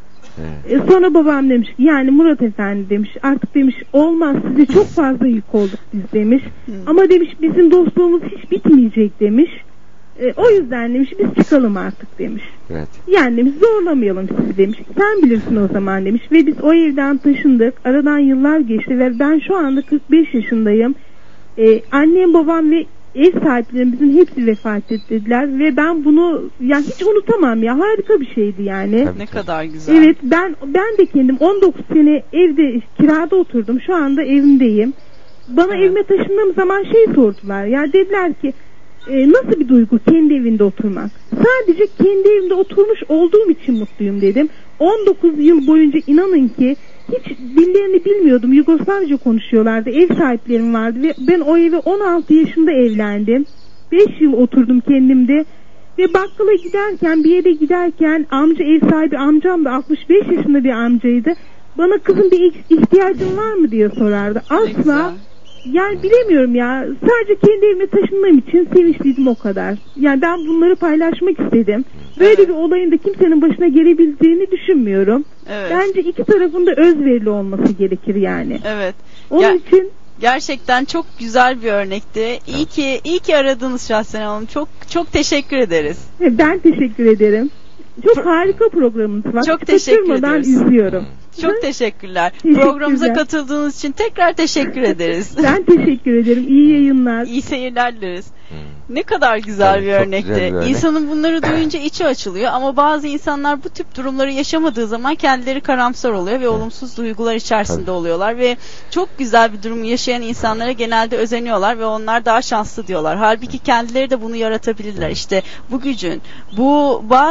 Evet. E sonra babam demiş ki yani Murat Efendi demiş artık demiş olmaz size çok fazla yük olduk biz demiş. Hı. Ama demiş bizim dostluğumuz hiç bitmeyecek demiş. E, o yüzden demiş biz çıkalım artık demiş. Evet. Yani demiş zorlamayalım sizi demiş. Sen bilirsin o zaman demiş. Ve biz o evden taşındık. Aradan yıllar geçti ve ben şu anda kırk beş yaşındayım. E, annem babam ve ev sahiplerimizin hepsi vefat ettiler. Ve ben bunu yani hiç unutamam ya. Harika bir şeydi yani. Ne kadar güzel. Evet ben ben de kendim on dokuz sene evde kirada oturdum. Şu anda evimdeyim. Bana evet. evime taşındığım zaman şey sordular. Ya dediler ki Ee, nasıl bir duygu kendi evinde oturmak? Sadece kendi evimde oturmuş olduğum için mutluyum dedim. on dokuz yıl boyunca inanın ki hiç dillerini bilmiyordum. Yugoslavca konuşuyorlardı. Ev sahiplerim vardı ve ben o eve on altı yaşında evlendim. beş yıl oturdum kendimde. Ve bakkala giderken bir yere giderken amca ev sahibi amcam da altmış beş yaşında bir amcaydı. Bana kızım bir ihtiyacın var mı diye sorardı. Asla. Yani bilemiyorum ya. Sadece kendi evime taşınmam için sevinçliydim o kadar. Yani ben bunları paylaşmak istedim. Böyle evet. bir olayın da kimsenin başına gelebileceğini düşünmüyorum. Evet. Bence iki tarafın da özverili olması gerekir yani. Evet. Onun ya, için gerçekten çok güzel bir örnekti. İyi ki iyi ki aradınız Şahsen Hanım. Çok çok teşekkür ederiz. Ben teşekkür ederim. Çok Pro- harika programınız var. Çok teşekkür ederiz. izliyorum. Çok teşekkürler. Programımıza katıldığınız için tekrar teşekkür ederiz. Ben teşekkür ederim. İyi yayınlar. İyi seyirler dileriz. Ne kadar güzel evet, bir örnekti. Güzel bir örnek. İnsanın bunları duyunca içi açılıyor ama bazı insanlar bu tip durumları yaşamadığı zaman kendileri karamsar oluyor ve olumsuz duygular içerisinde oluyorlar ve çok güzel bir durumu yaşayan insanlara genelde özeniyorlar ve onlar daha şanslı diyorlar. Halbuki kendileri de bunu yaratabilirler. İşte bu gücün, bu bazı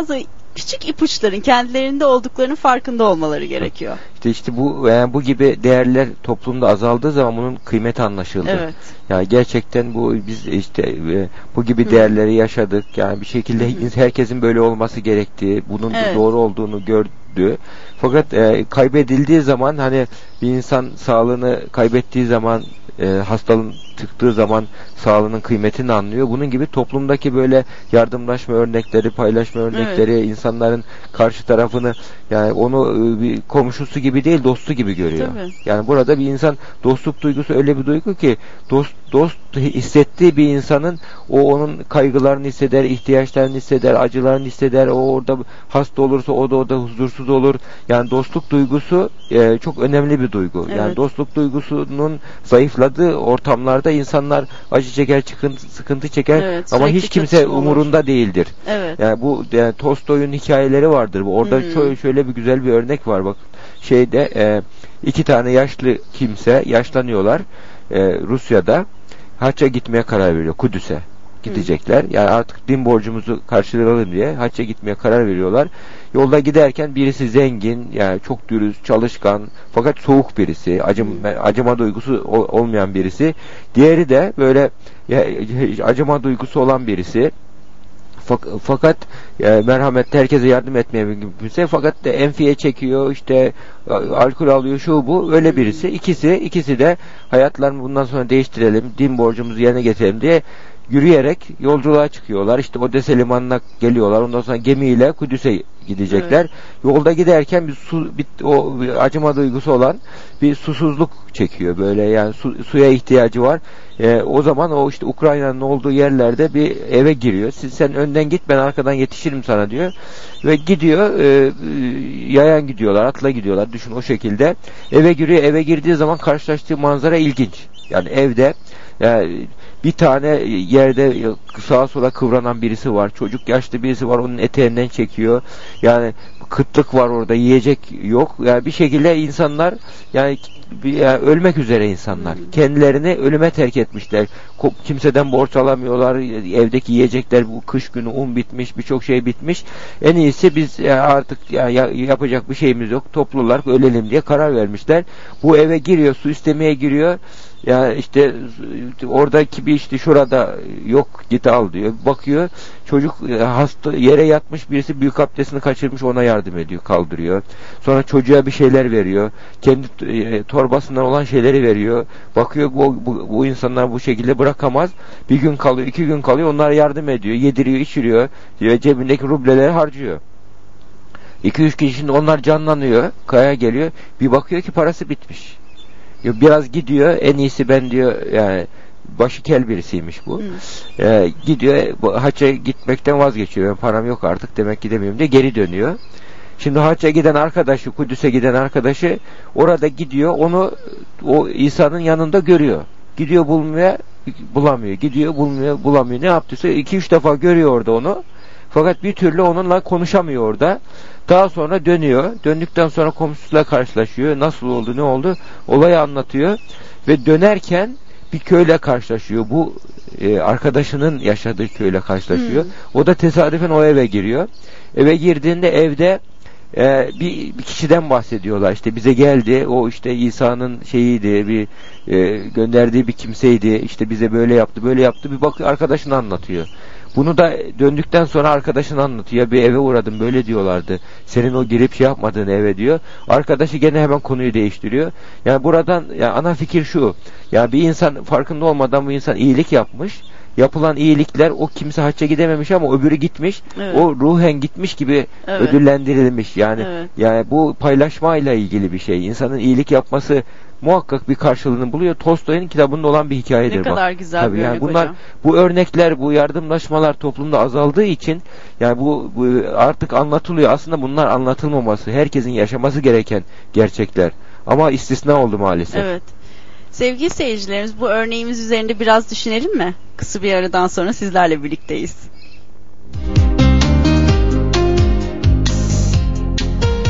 küçük ipuçların kendilerinde olduklarının farkında olmaları gerekiyor. İşte işte bu yani bu gibi değerler toplumda azaldığı zaman bunun kıymeti anlaşıldı. Evet. Yani gerçekten bu biz işte e, bu gibi Hı. değerleri yaşadık. Yani bir şekilde Hı. herkesin böyle olması gerektiği, bunun evet. doğru olduğunu gördü. Fakat e, kaybedildiği zaman hani bir insan sağlığını kaybettiği zaman e, hastalığın çıktığı zaman sağlığının kıymetini anlıyor. Bunun gibi toplumdaki böyle yardımlaşma örnekleri, paylaşma örnekleri, evet. insanların karşı tarafını yani onu e, bir komşusu gibi değil dostu gibi görüyor. Tabii. Yani burada bir insan dostluk duygusu öyle bir duygu ki dost dost hissettiği bir insanın o onun kaygılarını hisseder, ihtiyaçlarını hisseder, acılarını hisseder. O orada hasta olursa o da orada huzursuz olur. Yani dostluk duygusu e, çok önemli bir duygu. Evet. Yani dostluk duygusunun zayıfladığı ortamlarda insanlar acı çeker, sıkıntı, sıkıntı çeker evet, ama hiç kimse umurunda olur. değildir. Evet. Yani bu yani Tolstoy'un hikayeleri vardır. Orada hmm. şöyle, şöyle bir güzel bir örnek var bak. Şeyde e, iki tane yaşlı kimse yaşlanıyorlar e, Rusya'da hacca gitmeye karar veriyor Kudüs'e gidecekler. Yani artık din borcumuzu karşılayalım diye hacca gitmeye karar veriyorlar. Yolda giderken birisi zengin, yani çok dürüst, çalışkan fakat soğuk birisi, acım, acıma duygusu olmayan birisi. Diğeri de böyle ya, acıma duygusu olan birisi. Fakat e, merhametli herkese yardım etmeye mümkünse fakat de enfiye çekiyor, işte alkol alıyor, şu bu, öyle birisi. İkisi ikisi de hayatlarını bundan sonra değiştirelim, din borcumuzu yerine getirelim diye yürüyerek yolculuğa çıkıyorlar. İşte Odessa limanına geliyorlar. Ondan sonra gemiyle Kudüs'e gidecekler. Evet. Yolda giderken bir su bir, o bir acıma duygusu olan bir susuzluk çekiyor böyle. Yani su, suya ihtiyacı var. Ee, o zaman o işte Ukrayna'nın olduğu yerlerde bir eve giriyor. Siz sen önden git, ben arkadan yetişirim sana diyor. Ve gidiyor e, yayan gidiyorlar, atla gidiyorlar. Düşün o şekilde. Eve giriyor. Eve girdiği zaman karşılaştığı manzara ilginç. Yani evde yani bir tane yerde sağa sola kıvranan birisi var. Çocuk yaşlı birisi var. Onun eteğinden çekiyor. Yani kıtlık var orada. Yiyecek yok. Yani bir şekilde insanlar yani, yani ölmek üzere insanlar. Hmm. Kendilerini ölüme terk etmişler. Kimseden borç alamıyorlar. Evdeki yiyecekler bu kış günü un bitmiş. Birçok şey bitmiş. En iyisi biz yani artık yani yapacak bir şeyimiz yok. Toplular ölelim diye karar vermişler. Bu eve giriyor. Su istemeye giriyor. Ya işte oradaki bir işte şurada yok git al diyor. Bakıyor çocuk hasta yere yatmış, birisi büyük abdestini kaçırmış, ona yardım ediyor, kaldırıyor. Sonra çocuğa bir şeyler veriyor. Kendi e, torbasından olan şeyleri veriyor. Bakıyor bu, bu, bu insanlar bu şekilde bırakamaz. Bir gün kalıyor, iki gün kalıyor, onlara yardım ediyor. Yediriyor, içiriyor ve cebindeki rubleleri harcıyor. iki üç kişi şimdi onlar canlanıyor. Kaya geliyor. Bir bakıyor ki parası bitmiş. Biraz gidiyor, en iyisi ben diyor yani başı kel birisiymiş bu. Hmm. Ee, gidiyor hacca gitmekten vazgeçiyor. Ben param yok artık, demek gidemiyorum diye geri dönüyor. Şimdi hacca giden arkadaşı, Kudüs'e giden arkadaşı orada gidiyor, onu o İsa'nın yanında görüyor. Gidiyor bulmaya, bulamıyor. Gidiyor bulmuyor, bulamıyor. Ne yaptıysa iki üç defa görüyor orada onu. Fakat bir türlü onunla konuşamıyor orada. Daha sonra dönüyor. Döndükten sonra komşusuyla karşılaşıyor. Nasıl oldu, ne oldu? Olayı anlatıyor. Ve dönerken bir köyle karşılaşıyor. Bu e, arkadaşının yaşadığı köyle karşılaşıyor. Hmm. O da tesadüfen o eve giriyor. Eve girdiğinde evde e, bir, bir kişiden bahsediyorlar. İşte bize geldi. O işte İsa'nın şeyiydi. Bir e, gönderdiği bir kimseydi. İşte bize böyle yaptı, böyle yaptı. Bir bakıyor arkadaşını anlatıyor. Bunu da döndükten sonra arkadaşını anlatıyor. Bir eve uğradım, böyle diyorlardı. Senin o girip şey yapmadığın eve diyor. Arkadaşı gene hemen konuyu değiştiriyor. Yani buradan yani ana fikir şu. Yani bir insan farkında olmadan bu insan iyilik yapmış. Yapılan iyilikler, o kimse hacca gidememiş ama öbürü gitmiş. Evet. O ruhen gitmiş gibi evet. ödüllendirilmiş. Yani evet. yani bu paylaşmayla ilgili bir şey. İnsanın iyilik yapması muhakkak bir karşılığını buluyor. Tolstoy'un kitabında olan bir hikayedir. Ne kadar bak. güzel Tabii bir yani örnek bunlar, hocam. Bu örnekler, bu yardımlaşmalar toplumda azaldığı için yani bu, bu artık anlatılıyor. Aslında bunlar anlatılmaması, herkesin yaşaması gereken gerçekler. Ama istisna oldu maalesef. Evet. Sevgili seyircilerimiz, bu örneğimiz üzerinde biraz düşünelim mi? Kısa bir aradan sonra sizlerle birlikteyiz.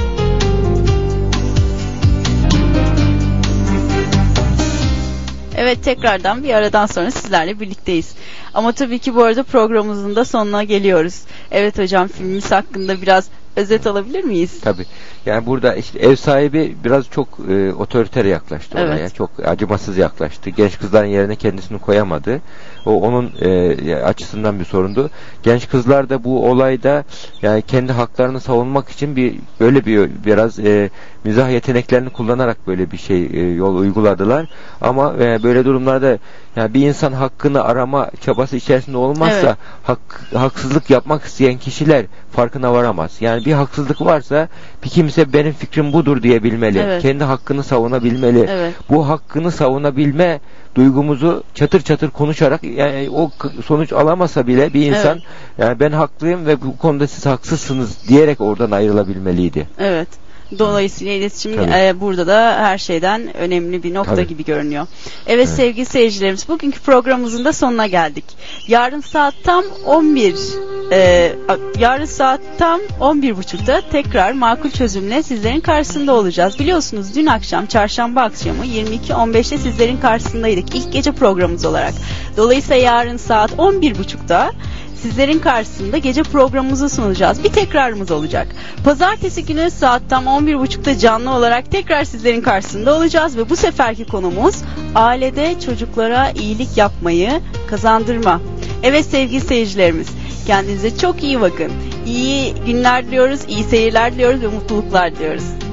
Evet Evet, tekrardan bir aradan sonra sizlerle birlikteyiz. Ama tabii ki bu arada programımızın da sonuna geliyoruz. Evet hocam, filmimiz hakkında biraz özet alabilir miyiz? Tabii. Yani burada işte ev sahibi biraz çok e, otoriter yaklaştı evet. olaya. Çok acımasız yaklaştı. Genç kızların yerine kendisini koyamadı. O onun e, açısından bir sorundu. Genç kızlar da bu olayda yani kendi haklarını savunmak için bir böyle bir biraz e, mizah yeteneklerini kullanarak böyle bir şey e, yol uyguladılar. Ama e, böyle durumlarda yani bir insan hakkını arama çabası içerisinde olmazsa evet. hak, haksızlık yapmak isteyen kişiler farkına varamaz. Yani bir haksızlık varsa bir kimse benim fikrim budur diyebilmeli. Evet. Kendi hakkını savunabilmeli. Evet. Bu hakkını savunabilme duygumuzu çatır çatır konuşarak yani o sonuç alamasa bile bir insan evet. yani ben haklıyım ve bu konuda siz haksızsınız diyerek oradan ayrılabilmeliydi. Evet. Dolayısıyla iletişim e, burada da her şeyden önemli bir nokta Tabii. gibi görünüyor. Evet, evet sevgili seyircilerimiz, bugünkü programımızın da sonuna geldik. Yarın saat tam on bir e, yarın saat tam on bir buçukta tekrar makul çözümle sizlerin karşısında olacağız. Biliyorsunuz dün akşam çarşamba akşamı yirmi iki on beşte sizlerin karşısındaydık ilk gece programımız olarak. Dolayısıyla yarın saat on bir buçukta sizlerin karşısında gece programımızı sunacağız. Bir tekrarımız olacak. Pazartesi günü saat tam on bir buçukta canlı olarak tekrar sizlerin karşısında olacağız ve bu seferki konumuz ailede çocuklara iyilik yapmayı kazandırma. Evet sevgili seyircilerimiz, kendinize çok iyi bakın. İyi günler diliyoruz, iyi seyirler diliyoruz ve mutluluklar diliyoruz.